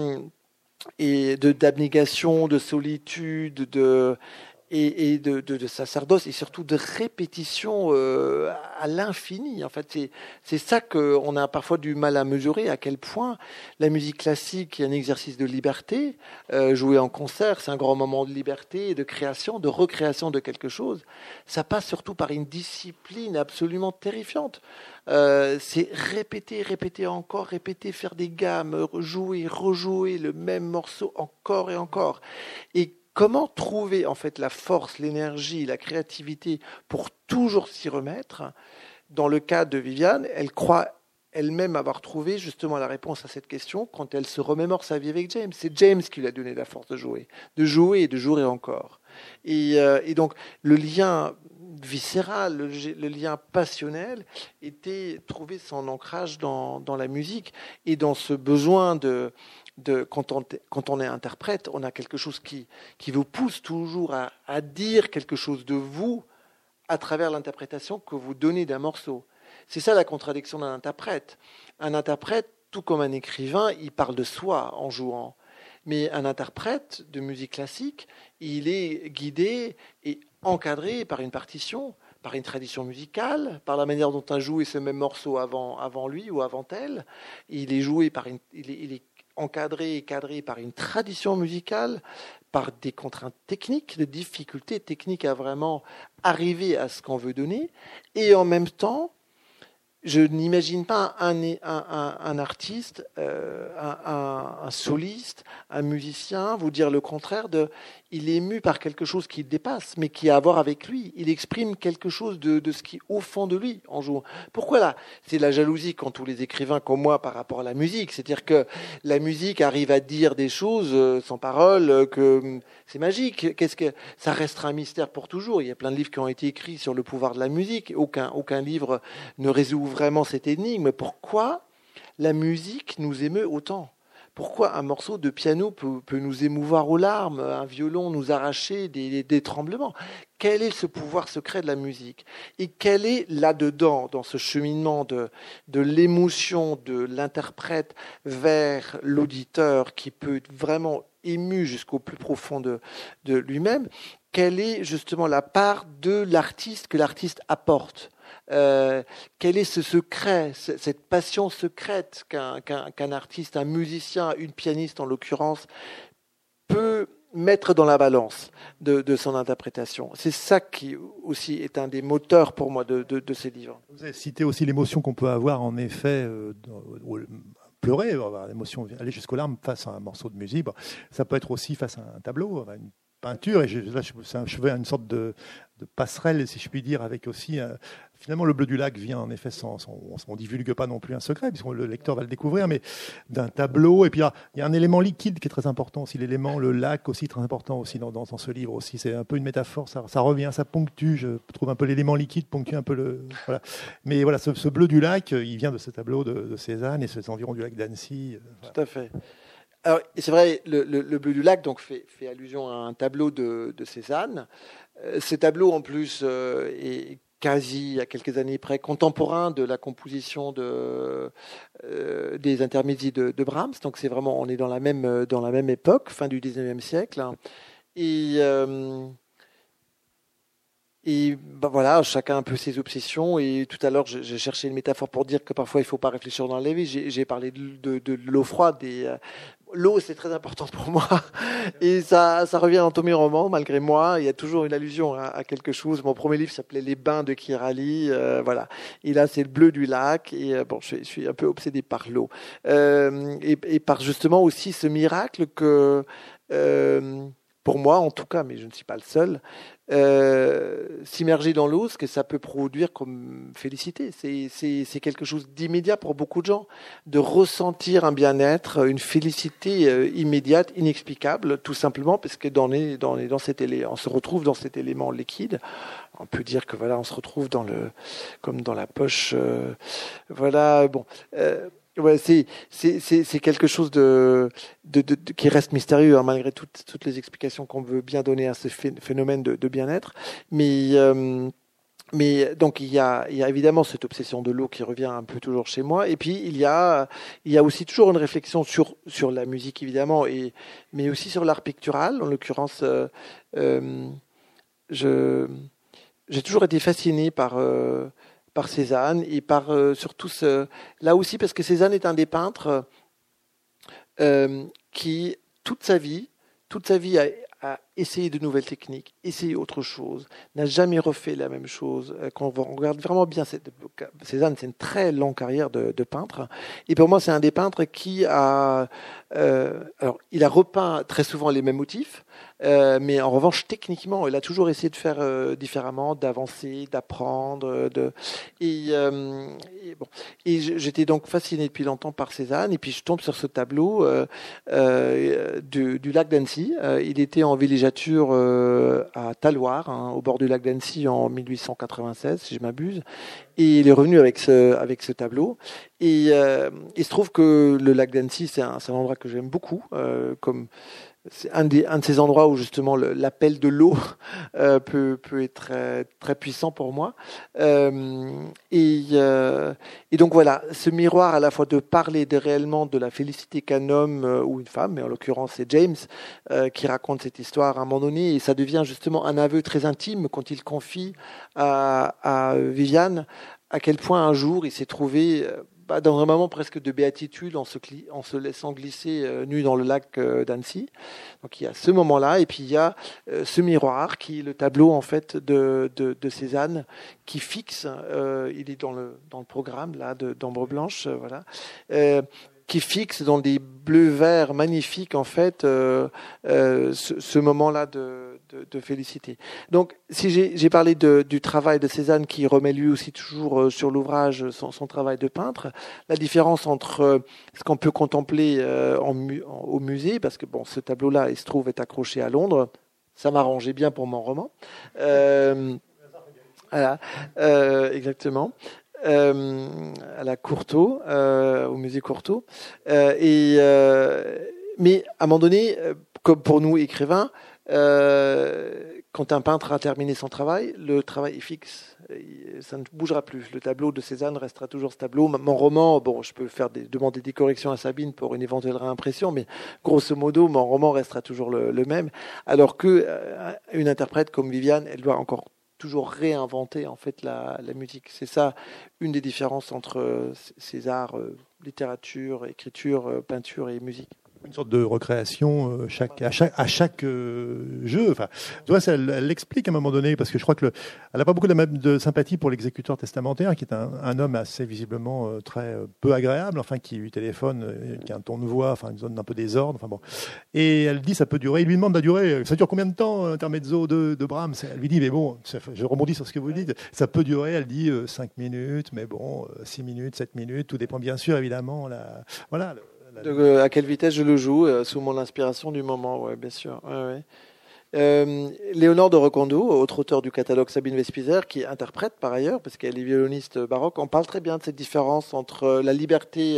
d'abnégation, de solitude, et de sacerdoce, et surtout de répétition à l'infini. En fait, c'est ça qu'on a parfois du mal à mesurer, à quel point la musique classique est un exercice de liberté. Jouer en concert, c'est un grand moment de liberté, de création, de recréation de quelque chose. Ça passe surtout par une discipline absolument terrifiante. C'est répéter encore, faire des gammes, jouer, rejouer le même morceau encore et encore. Et comment trouver en fait la force, l'énergie, la créativité pour toujours s'y remettre? Dans le cas de Viviane, elle croit elle-même avoir trouvé justement la réponse à cette question quand elle se remémore sa vie avec James. C'est James qui lui a donné la force de jouer et de jouer encore. Et donc le lien viscéral, le lien passionnel était trouver son ancrage dans la musique et dans ce besoin quand on est interprète, on a quelque chose qui vous pousse toujours à dire quelque chose de vous à travers l'interprétation que vous donnez d'un morceau. C'est ça la contradiction d'un interprète. Un interprète, tout comme un écrivain, il parle de soi en jouant. Mais un interprète de musique classique, il est guidé et encadré par une partition, par une tradition musicale, par la manière dont a joué ce même morceau avant lui ou avant elle. Il est joué il est encadré et cadré par une tradition musicale, par des contraintes techniques, des difficultés techniques à vraiment arriver à ce qu'on veut donner. Et en même temps, je n'imagine pas un artiste, un soliste, un musicien vous dire le contraire il est ému par quelque chose qui le dépasse, mais qui a à voir avec lui. Il exprime quelque chose de ce qui est au fond de lui en jouant. Pourquoi là? C'est la jalousie qu'ont tous les écrivains comme moi par rapport à la musique. C'est-à-dire que la musique arrive à dire des choses sans parole, que c'est magique. Qu'est-ce que ça restera un mystère pour toujours? Il y a plein de livres qui ont été écrits sur le pouvoir de la musique. Aucun livre ne résout vraiment cette énigme. Pourquoi la musique nous émeut autant? Pourquoi un morceau de piano peut nous émouvoir aux larmes, un violon nous arracher des tremblements? Quel est ce pouvoir secret de la musique? Et quel est là-dedans, dans ce cheminement de l'émotion de l'interprète vers l'auditeur qui peut être vraiment ému jusqu'au plus profond de lui-même, quelle est justement la part de l'artiste que l'artiste apporte? Quel est ce secret, cette passion secrète qu'un artiste, un musicien, une pianiste en l'occurrence, peut mettre dans la balance de son interprétation? C'est ça qui aussi est un des moteurs pour moi de ces livres. Vous avez cité aussi l'émotion qu'on peut avoir en effet, pleurer, avoir l'émotion, aller jusqu'aux larmes face à un morceau de musique. Bon, ça peut être aussi face à un tableau, à une peinture, et là je fais une sorte de passerelle, si je puis dire, avec aussi finalement le bleu du lac vient en effet on divulgue pas non plus un secret puisque le lecteur va le découvrir, mais d'un tableau. Et puis là, il y a un élément liquide qui est très important aussi, l'élément, le lac aussi très important aussi dans ce livre aussi. C'est un peu une métaphore, ça revient, ça ponctue, je trouve un peu l'élément liquide ponctue un peu voilà. Mais voilà, ce bleu du lac, il vient de ce tableau de Cézanne et c'est environ du lac d'Annecy. Voilà. Tout à fait. Alors, c'est vrai, le bleu du lac donc fait allusion à un tableau de Cézanne. Ce tableau, en plus, est quasi, à quelques années près, contemporain de la composition des intermédiaires de Brahms. Donc, c'est vraiment, on est dans la même époque, fin du 19e siècle. Et ben voilà, chacun a un peu ses obsessions. Et tout à l'heure, j'ai cherché une métaphore pour dire que parfois, il ne faut pas réfléchir dans la vie. J'ai parlé de l'eau froide. L'eau, c'est très important pour moi. Et ça revient dans tous mes romans, malgré moi. Il y a toujours une allusion à quelque chose. Mon premier livre s'appelait Les bains de Kirali. Voilà. Et là, c'est le bleu du lac. Et bon, je suis un peu obsédé par l'eau. Et par justement aussi ce miracle que... pour moi, en tout cas, mais je ne suis pas le seul, s'immerger dans l'eau, ce que ça peut produire comme félicité. C'est quelque chose d'immédiat pour beaucoup de gens, de ressentir un bien-être, une félicité immédiate, inexplicable, tout simplement parce que dans cet élément, on se retrouve dans cet élément liquide. On peut dire que voilà, on se retrouve comme dans la poche. Voilà, bon. Ouais, c'est quelque chose qui reste mystérieux, hein, malgré toutes les explications qu'on veut bien donner à ce phénomène de bien-être. Mais donc il y a évidemment cette obsession de l'eau qui revient un peu toujours chez moi. Et puis il y a aussi toujours une réflexion sur la musique évidemment, mais aussi sur l'art pictural. En l'occurrence, j'ai toujours été fasciné par Cézanne et par surtout là aussi parce que Cézanne est un des peintres qui toute sa vie a essayé de nouvelles techniques, essayé autre chose, n'a jamais refait la même chose. Quand on regarde vraiment bien Cézanne, c'est une très longue carrière de peintre. Et pour moi, c'est un des peintres qui alors il a repeint très souvent les mêmes motifs, mais en revanche, techniquement, il a toujours essayé de faire différemment, d'avancer, d'apprendre. Et j'étais donc fasciné depuis longtemps par Cézanne. Et puis je tombe sur ce tableau du lac d'Annecy. Il était en villégiature à Talloires, hein, au bord du lac d'Annecy en 1896, si je m'abuse. Et il est revenu avec ce tableau. Et il se trouve que le lac d'Annecy, c'est un endroit que j'aime beaucoup, comme c'est un de ces endroits où justement l'appel de l'eau peut être très, très puissant pour moi. Et donc voilà, ce miroir à la fois de parler réellement de la félicité qu'un homme ou une femme, mais en l'occurrence c'est James qui raconte cette histoire à un moment donné, et ça devient justement un aveu très intime quand il confie à Viviane à quel point un jour il s'est trouvé pas, dans un moment presque de béatitude en se laissant glisser nu dans le lac d'Annecy. Donc il y a ce moment-là, et puis il y a ce miroir qui est le tableau en fait de Cézanne qui fixe, il est dans le programme là d'Ambre Blanche, voilà. Qui fixe dans des bleus-verts magnifiques en fait ce moment-là de félicité. Donc si j'ai parlé du travail de Cézanne qui remet lui aussi toujours sur l'ouvrage son travail de peintre, la différence entre ce qu'on peut contempler au musée, parce que bon, ce tableau-là il se trouve est accroché à Londres, ça m'arrangeait bien pour mon roman. Voilà, exactement. À la Courtauld, au musée Courtauld. Mais à un moment donné, comme pour nous écrivains, quand un peintre a terminé son travail, le travail est fixe. Ça ne bougera plus. Le tableau de Cézanne restera toujours ce tableau. Mon roman, bon, je peux demander des corrections à Sabine pour une éventuelle réimpression, mais grosso modo, mon roman restera toujours le même. Alors que une interprète comme Viviane, elle doit encore toujours réinventer en fait la musique. C'est ça une des différences entre ces arts, littérature, écriture, peinture et musique. Une sorte de recréation à chaque jeu. Enfin, tu vois, elle l'explique à un moment donné, parce que je crois qu'elle n'a pas beaucoup de sympathie pour l'exécuteur testamentaire, qui est un homme assez visiblement très peu agréable, enfin, qui lui téléphone, qui a un ton de voix, enfin, une zone d'un peu désordre. Enfin bon. Et elle dit, ça peut durer. Il lui demande la durée. Ça dure combien de temps, intermezzo de Brahms? Elle lui dit, mais bon, je rebondis sur ce que vous dites. Ça peut durer. Elle dit 5 minutes, mais bon, 6 minutes, 7 minutes. Tout dépend bien sûr, évidemment. Voilà. À quelle vitesse je le joue, sous mon inspiration du moment, ouais, bien sûr. Ouais. Léonore de Recondo, autre auteur du catalogue Sabine Vespizer, qui interprète par ailleurs, parce qu'elle est violoniste baroque, on parle très bien de cette différence entre la liberté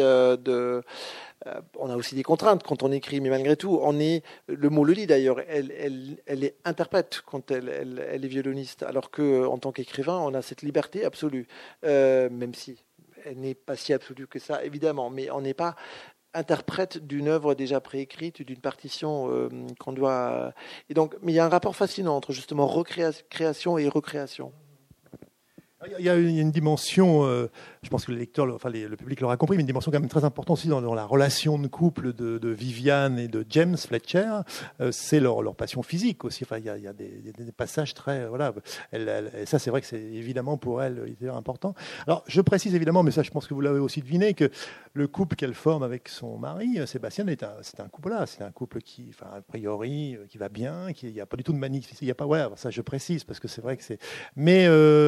on a aussi des contraintes quand on écrit, mais malgré tout, le mot le dit d'ailleurs, elle est interprète quand elle est violoniste, alors qu'en tant qu'écrivain, on a cette liberté absolue, même si elle n'est pas si absolue que ça, évidemment, mais on n'est pas interprète d'une œuvre déjà préécrite, d'une partition qu'on doit... Et donc, mais il y a un rapport fascinant entre justement création et recréation. Il y a une dimension, je pense que le lecteur, le public l'aura compris, mais une dimension quand même très importante aussi dans la relation de couple de Viviane et de James Fletcher. C'est leur passion physique aussi. Enfin, il y a des passages très, voilà. Et ça, c'est vrai que c'est évidemment pour elle hyper important. Alors, je précise évidemment, mais ça, je pense que vous l'avez aussi deviné, que le couple qu'elle forme avec son mari, Sébastien, c'est un couple là. C'est un couple qui, enfin, a priori, qui va bien, il n'y a pas du tout de magnifique. Il y a pas, ouais, ça, je précise parce que c'est vrai que c'est. Mais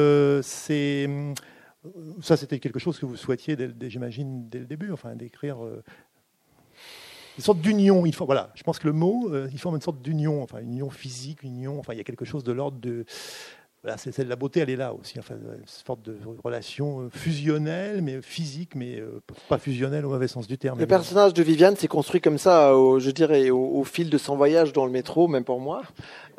ça, c'était quelque chose que vous souhaitiez, j'imagine, dès le début, enfin, d'écrire une sorte d'union. Voilà, je pense que le mot, il forme une sorte d'union, enfin, une union physique, une union. Enfin, il y a quelque chose de l'ordre de. Voilà, la beauté, elle est là aussi. Enfin, une sorte de relation fusionnelle, mais physique, mais pas fusionnelle au mauvais sens du terme. Le personnage de Viviane s'est construit comme ça, je dirais, au fil de son voyage dans le métro, même pour moi.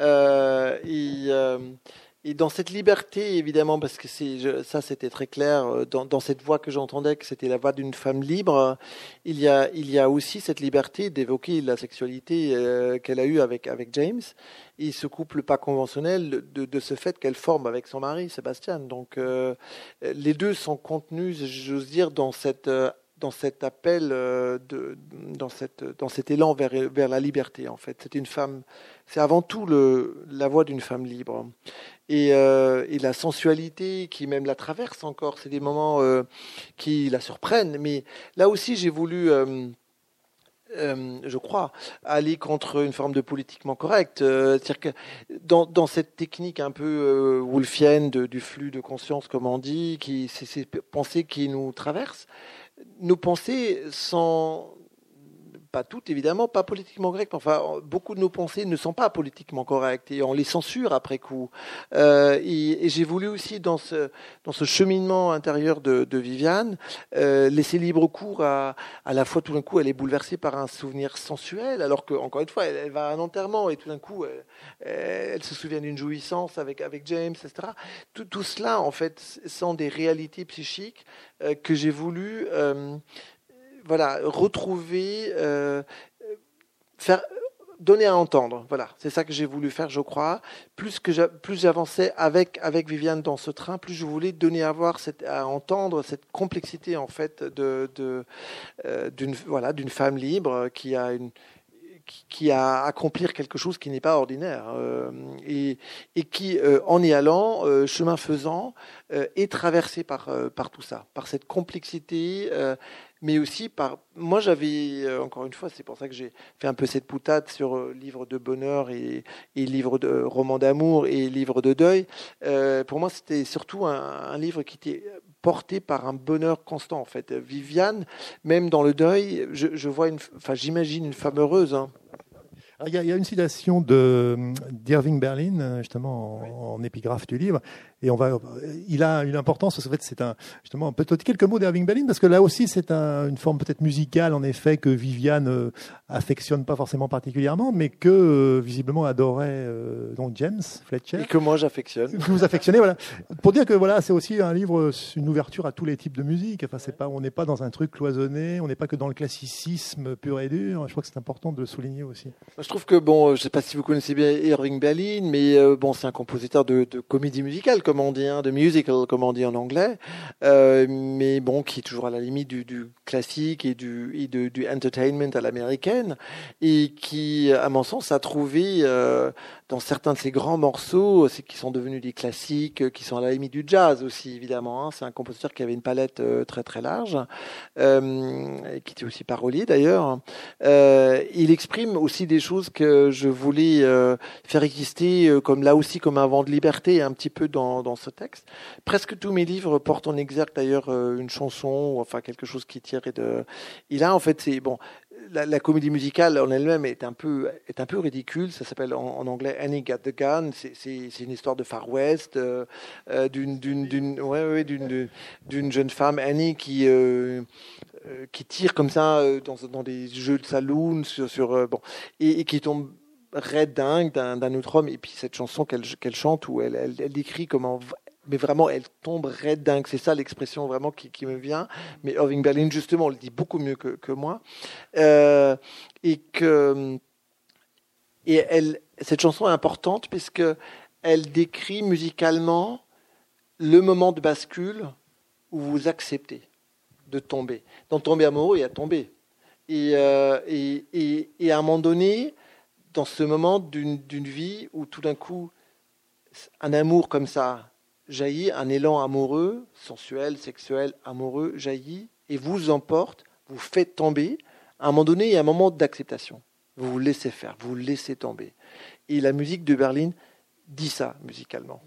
Et dans cette liberté, évidemment, parce que ça c'était très clair, dans cette voix que j'entendais, que c'était la voix d'une femme libre, il y a aussi cette liberté d'évoquer la sexualité qu'elle a eue avec James, et ce couple pas conventionnel de ce fait qu'elle forme avec son mari, Sébastien. Donc les deux sont contenus, j'ose dire, dans cet appel, dans cet élan vers la liberté, en fait. C'est une femme, c'est avant tout la voix d'une femme libre. Et la sensualité qui même la traverse encore, c'est des moments qui la surprennent. Mais là aussi, j'ai voulu, je crois, aller contre une forme de politiquement correct. C'est-à-dire que dans cette technique un peu woolfienne du flux de conscience, comme on dit, c'est ces pensées qui nous traversent, nos pensées sont, pas toutes évidemment, pas politiquement correctes, enfin beaucoup de nos pensées ne sont pas politiquement correctes et on les censure après coup. Et j'ai voulu aussi dans ce cheminement intérieur de Viviane laisser libre cours à la fois tout d'un coup elle est bouleversée par un souvenir sensuel alors que encore une fois elle va à un enterrement et tout d'un coup elle se souvient d'une jouissance avec James, etc. Tout cela en fait sont des réalités psychiques que j'ai voulu retrouver, faire donner à entendre. Voilà, c'est ça que j'ai voulu faire, je crois. Plus j'avançais avec Viviane dans ce train, plus je voulais donner à entendre cette complexité en fait d'une femme libre qui a à accomplir quelque chose qui n'est pas ordinaire et qui, en y allant, chemin faisant, est traversée par tout ça, par cette complexité, mais aussi par... Moi, j'avais, encore une fois, c'est pour ça que j'ai fait un peu cette boutade sur livre de bonheur et livre de roman d'amour et livre de deuil. Pour moi, c'était surtout un livre qui était porté par un bonheur constant, en fait. Viviane, même dans le deuil, j'imagine une femme heureuse, hein. Il y a une citation d'Irving Berlin, justement, en épigraphe du livre, et il a une importance, parce qu'en fait, c'est justement, peut-être quelques mots d'Irving Berlin, parce que là aussi, c'est une forme peut-être musicale, en effet, que Viviane affectionne pas forcément particulièrement, mais que, visiblement, adorait, donc James Fletcher. Et que moi, j'affectionne. Que vous affectionnez, voilà. Pour dire que, voilà, c'est aussi un livre, une ouverture à tous les types de musique. Enfin, on n'est pas dans un truc cloisonné, on n'est pas que dans le classicisme pur et dur. Je crois que c'est important de le souligner aussi. Je trouve que, je ne sais pas si vous connaissez bien Irving Berlin, mais c'est un compositeur de comédie musicale, comme on dit, hein, de musical, comme on dit en anglais, mais qui est toujours à la limite du classique et du entertainment à l'américaine, et qui, à mon sens, a trouvé dans certains de ses grands morceaux, qui sont devenus des classiques, qui sont à la limite du jazz aussi, évidemment. Hein. C'est un compositeur qui avait une palette très très large, et qui était aussi parolier d'ailleurs. Il exprime aussi des choses que je voulais faire exister, comme un vent de liberté, un petit peu dans ce texte. Presque tous mes livres portent en exergue d'ailleurs une chanson, ou enfin quelque chose qui est tiré de... Et là, en fait, c'est bon. La comédie musicale en elle-même est un peu ridicule. Ça s'appelle en anglais Annie Got the Gun. C'est une histoire de Far West, d'une jeune femme, Annie, qui tire comme ça dans des jeux de saloon et qui tombe raide dingue d'un autre homme. Et puis cette chanson qu'elle chante, où elle décrit comment... Mais vraiment, elle tombe raide dingue. C'est ça l'expression vraiment qui me vient. Mais Irving Berlin, justement, le dit beaucoup mieux que moi. Cette chanson est importante puisque elle décrit musicalement le moment de bascule où vous acceptez de tomber. D'en tomber amoureux et à tomber. Et à un moment donné, dans ce moment d'une vie où tout d'un coup, un amour comme ça jaillit, un élan amoureux, sensuel, sexuel, amoureux, jaillit et vous emporte, vous fait tomber. À un moment donné, il y a un moment d'acceptation. Vous vous laissez faire, vous vous laissez tomber. Et la musique de Berlin dit ça musicalement.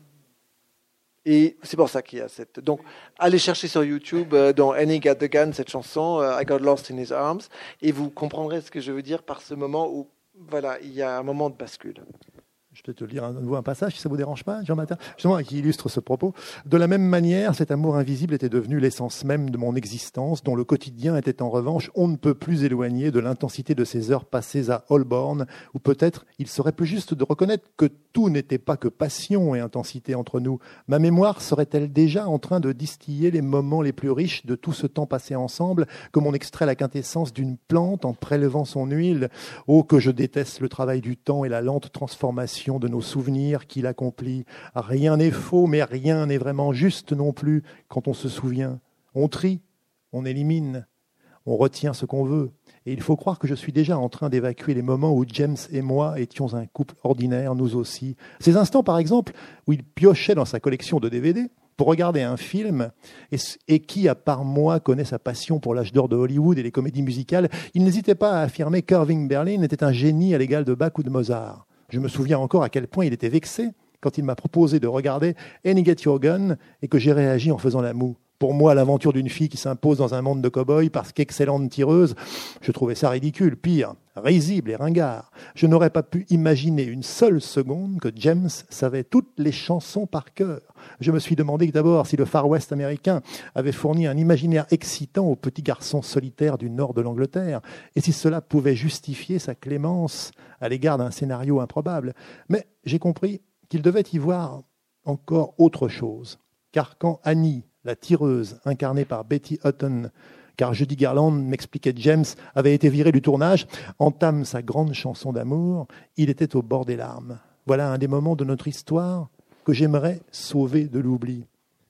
Et c'est pour ça qu'il y a cette... Donc, allez chercher sur YouTube, dans Annie Got the Gun, cette chanson, I Got Lost in His Arms, et vous comprendrez ce que je veux dire par ce moment où, voilà, il y a un moment de bascule. Je peux te lire à nouveau un passage, si ça ne vous dérange pas, Jean-Martin, justement, qui illustre ce propos. De la même manière, cet amour invisible était devenu l'essence même de mon existence, dont le quotidien était en revanche on ne peut plus éloigné de l'intensité de ces heures passées à Holborn, où peut-être il serait plus juste de reconnaître que tout n'était pas que passion et intensité entre nous. Ma mémoire serait-elle déjà en train de distiller les moments les plus riches de tout ce temps passé ensemble, comme on extrait la quintessence d'une plante en prélevant son huile? Oh, que je déteste le travail du temps et la lente transformation de nos souvenirs qu'il accomplit. Rien n'est faux, mais rien n'est vraiment juste non plus quand on se souvient. On trie, on élimine, on retient ce qu'on veut. Et il faut croire que je suis déjà en train d'évacuer les moments où James et moi étions un couple ordinaire, nous aussi. Ces instants, par exemple, où il piochait dans sa collection de DVD pour regarder un film, et qui, à part moi, connaît sa passion pour l'âge d'or de Hollywood et les comédies musicales, il n'hésitait pas à affirmer qu'Irving Berlin était un génie à l'égal de Bach ou de Mozart. Je me souviens encore à quel point il était vexé quand il m'a proposé de regarder Annie Get Your Gun et que j'ai réagi en faisant la moue. Pour moi, l'aventure d'une fille qui s'impose dans un monde de cow-boys parce qu'excellente tireuse, je trouvais ça ridicule, pire, risible et ringard. Je n'aurais pas pu imaginer une seule seconde que James savait toutes les chansons par cœur. Je me suis demandé d'abord si le Far West américain avait fourni un imaginaire excitant aux petits garçons solitaires du nord de l'Angleterre, et si cela pouvait justifier sa clémence à l'égard d'un scénario improbable. Mais j'ai compris qu'il devait y voir encore autre chose. Car quand Annie, la tireuse incarnée par Betty Hutton, car Judy Garland, m'expliquait James, avait été viré du tournage, entame sa grande chanson d'amour, il était au bord des larmes. Voilà un des moments de notre histoire que j'aimerais sauver de l'oubli.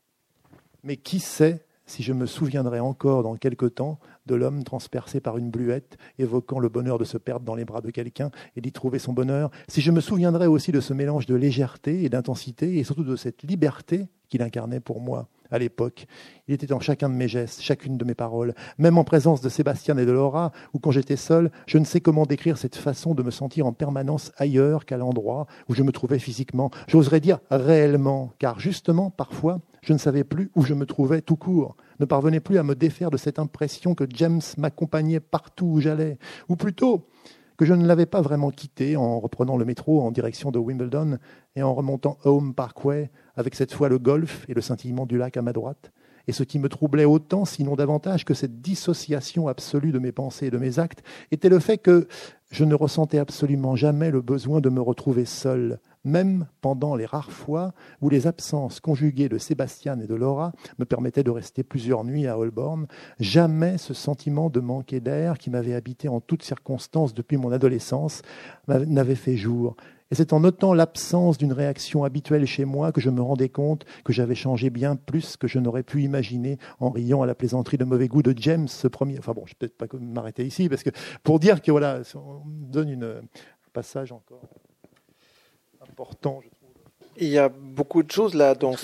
Mais qui sait si je me souviendrai encore dans quelque temps de l'homme transpercé par une bluette, évoquant le bonheur de se perdre dans les bras de quelqu'un et d'y trouver son bonheur, si je me souviendrai aussi de ce mélange de légèreté et d'intensité, et surtout de cette liberté qu'il incarnait pour moi à l'époque. Il était dans chacun de mes gestes, chacune de mes paroles, même en présence de Sébastien et de Laura, ou quand j'étais seul, je ne sais comment décrire cette façon de me sentir en permanence ailleurs qu'à l'endroit où je me trouvais physiquement. J'oserais dire réellement, car justement, parfois, je ne savais plus où je me trouvais tout court, ne parvenais plus à me défaire de cette impression que James m'accompagnait partout où j'allais, ou plutôt que je ne l'avais pas vraiment quitté en reprenant le métro en direction de Wimbledon et en remontant Home Parkway avec cette fois le golf et le scintillement du lac à ma droite. Et ce qui me troublait autant, sinon davantage, que cette dissociation absolue de mes pensées et de mes actes, était le fait que je ne ressentais absolument jamais le besoin de me retrouver seul, même pendant les rares fois où les absences conjuguées de Sébastien et de Laura me permettaient de rester plusieurs nuits à Holborn. Jamais ce sentiment de manquer d'air qui m'avait habité en toutes circonstances depuis mon adolescence n'avait fait jour. Et c'est en notant l'absence d'une réaction habituelle chez moi que je me rendais compte que j'avais changé bien plus que je n'aurais pu imaginer en riant à la plaisanterie de mauvais goût de James, ce premier. Enfin bon, je ne vais peut-être pas m'arrêter ici, parce que pour dire que voilà, on donne un passage encore important, je trouve. Il y a beaucoup de choses là dans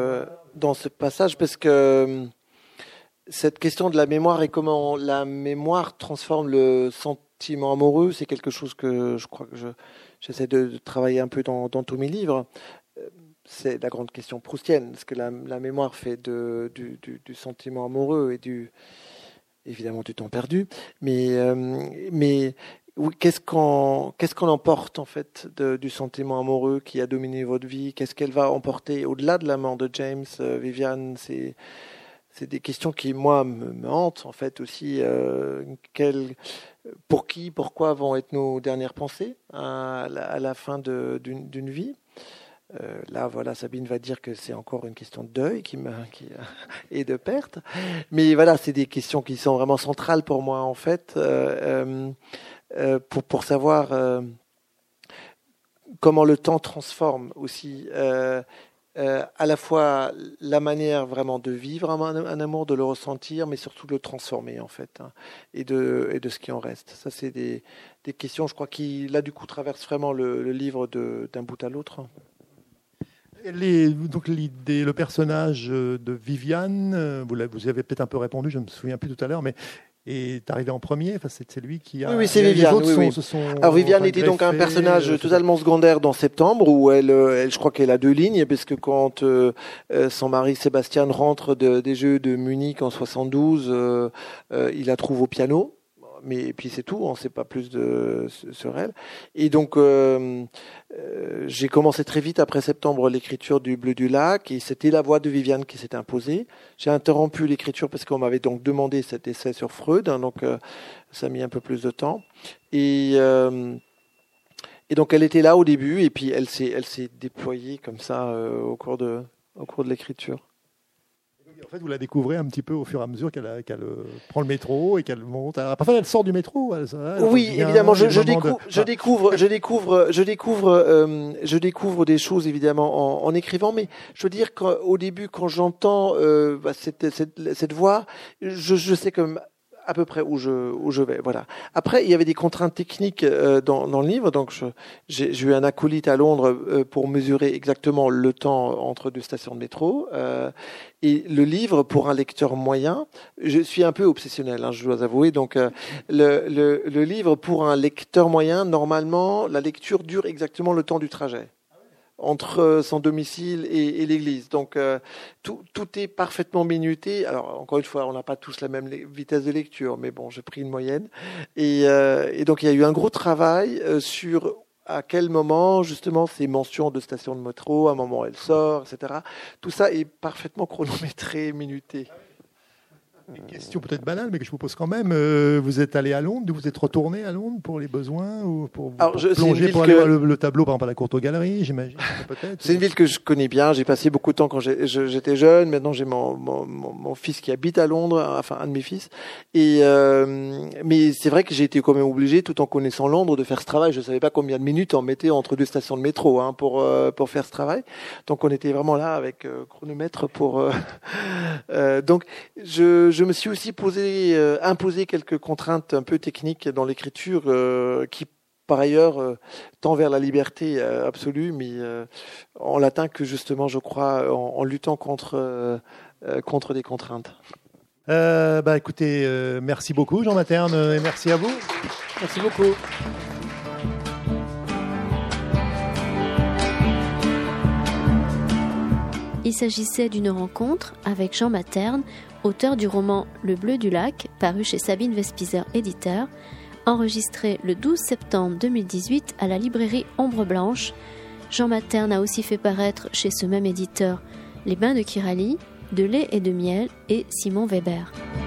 ce passage, parce que cette question de la mémoire et comment la mémoire transforme le sentiment amoureux, c'est quelque chose que je crois que j'essaie de travailler un peu dans tous mes livres. C'est la grande question proustienne, ce que la mémoire fait du sentiment amoureux et évidemment du temps perdu. Mais oui, qu'est-ce qu'on emporte en fait du sentiment amoureux qui a dominé votre vie? Qu'est-ce qu'elle va emporter au-delà de la mort de James, Viviane? C'est des questions qui, moi, me hantent en fait aussi. Pour qui, pourquoi vont être nos dernières pensées à la fin d'une vie? Là, voilà, Sabine va dire que c'est encore une question de deuil et de perte. Mais voilà, c'est des questions qui sont vraiment centrales pour moi, en fait, pour savoir comment le temps transforme aussi à la fois la manière vraiment de vivre un amour, de le ressentir, mais surtout de le transformer, en fait, hein, et de ce qui en reste. Ça, c'est des questions, je crois, qui, là, du coup, traversent vraiment le livre d'un bout à l'autre. Donc le personnage de Viviane, vous avez peut-être un peu répondu, je ne me souviens plus tout à l'heure, mais est arrivé en premier. Enfin, c'est lui qui a. Oui, c'est Viviane. Alors Viviane était donc un personnage totalement secondaire dans Septembre, où elle, je crois qu'elle a 2 lignes, parce que quand son mari Sébastien rentre des Jeux de Munich en 72, il la trouve au piano. Mais puis c'est tout, on ne sait pas plus sur elle. Et donc j'ai commencé très vite après Septembre l'écriture du Bleu du Lac, et c'était la voix de Viviane qui s'était imposée. J'ai interrompu l'écriture parce qu'on m'avait donc demandé cet essai sur Freud, hein, donc ça a mis un peu plus de temps. Et donc elle était là au début, et puis elle s'est déployée comme ça au cours de l'écriture. En fait, vous la découvrez un petit peu au fur et à mesure qu'elle prend le métro et qu'elle monte. Alors, parfois, elle sort du métro. Oui, évidemment, je découvre des choses évidemment en écrivant, mais je veux dire qu'au début, quand j'entends cette voix, je sais comme à peu près où je vais. Voilà. Après, il y avait des contraintes techniques dans le livre, donc j'ai eu un acolyte à Londres pour mesurer exactement le temps entre 2 stations de métro. Et le livre, pour un lecteur moyen, je suis un peu obsessionnel, hein, je dois avouer. Donc, le livre, pour un lecteur moyen, normalement, la lecture dure exactement le temps du trajet entre son domicile et l'église. Donc, tout est parfaitement minuté. Alors, encore une fois, on n'a pas tous la même vitesse de lecture, mais bon, j'ai pris une moyenne. Et donc, il y a eu un gros travail sur à quel moment, justement, ces mentions de station de métro, à un moment elle sort, etc. Tout ça est parfaitement chronométré, minuté. Une question peut-être banale, mais que je vous pose quand même. Vous êtes allé à Londres, vous êtes retourné à Londres pour les besoins ou pour plonger, pour aller voir le tableau, par exemple à la Courte aux Galeries, j'imagine, peut-être. C'est une ville que je connais bien. J'ai passé beaucoup de temps quand j'étais jeune. Maintenant, j'ai mon fils qui habite à Londres, enfin un de mes fils. Mais c'est vrai que j'ai été quand même obligé, tout en connaissant Londres, de faire ce travail. Je savais pas combien de minutes on mettait entre 2 stations de métro pour faire ce travail. Donc on était vraiment là avec chronomètre pour. Donc je me suis aussi imposé quelques contraintes un peu techniques dans l'écriture qui par ailleurs tend vers la liberté absolue, mais on l'atteint que justement, je crois, en luttant contre des contraintes. Écoutez, merci beaucoup Jean Materne et merci à vous. Merci beaucoup. Il s'agissait d'une rencontre avec Jean Materne, auteur du roman Le Bleu du Lac, paru chez Sabine Vespizer, éditeur, enregistré le 12 septembre 2018 à la librairie Ombre Blanche. Jean Materne a aussi fait paraître chez ce même éditeur Les Bains de Kirali, De lait et de miel et Simon Weber.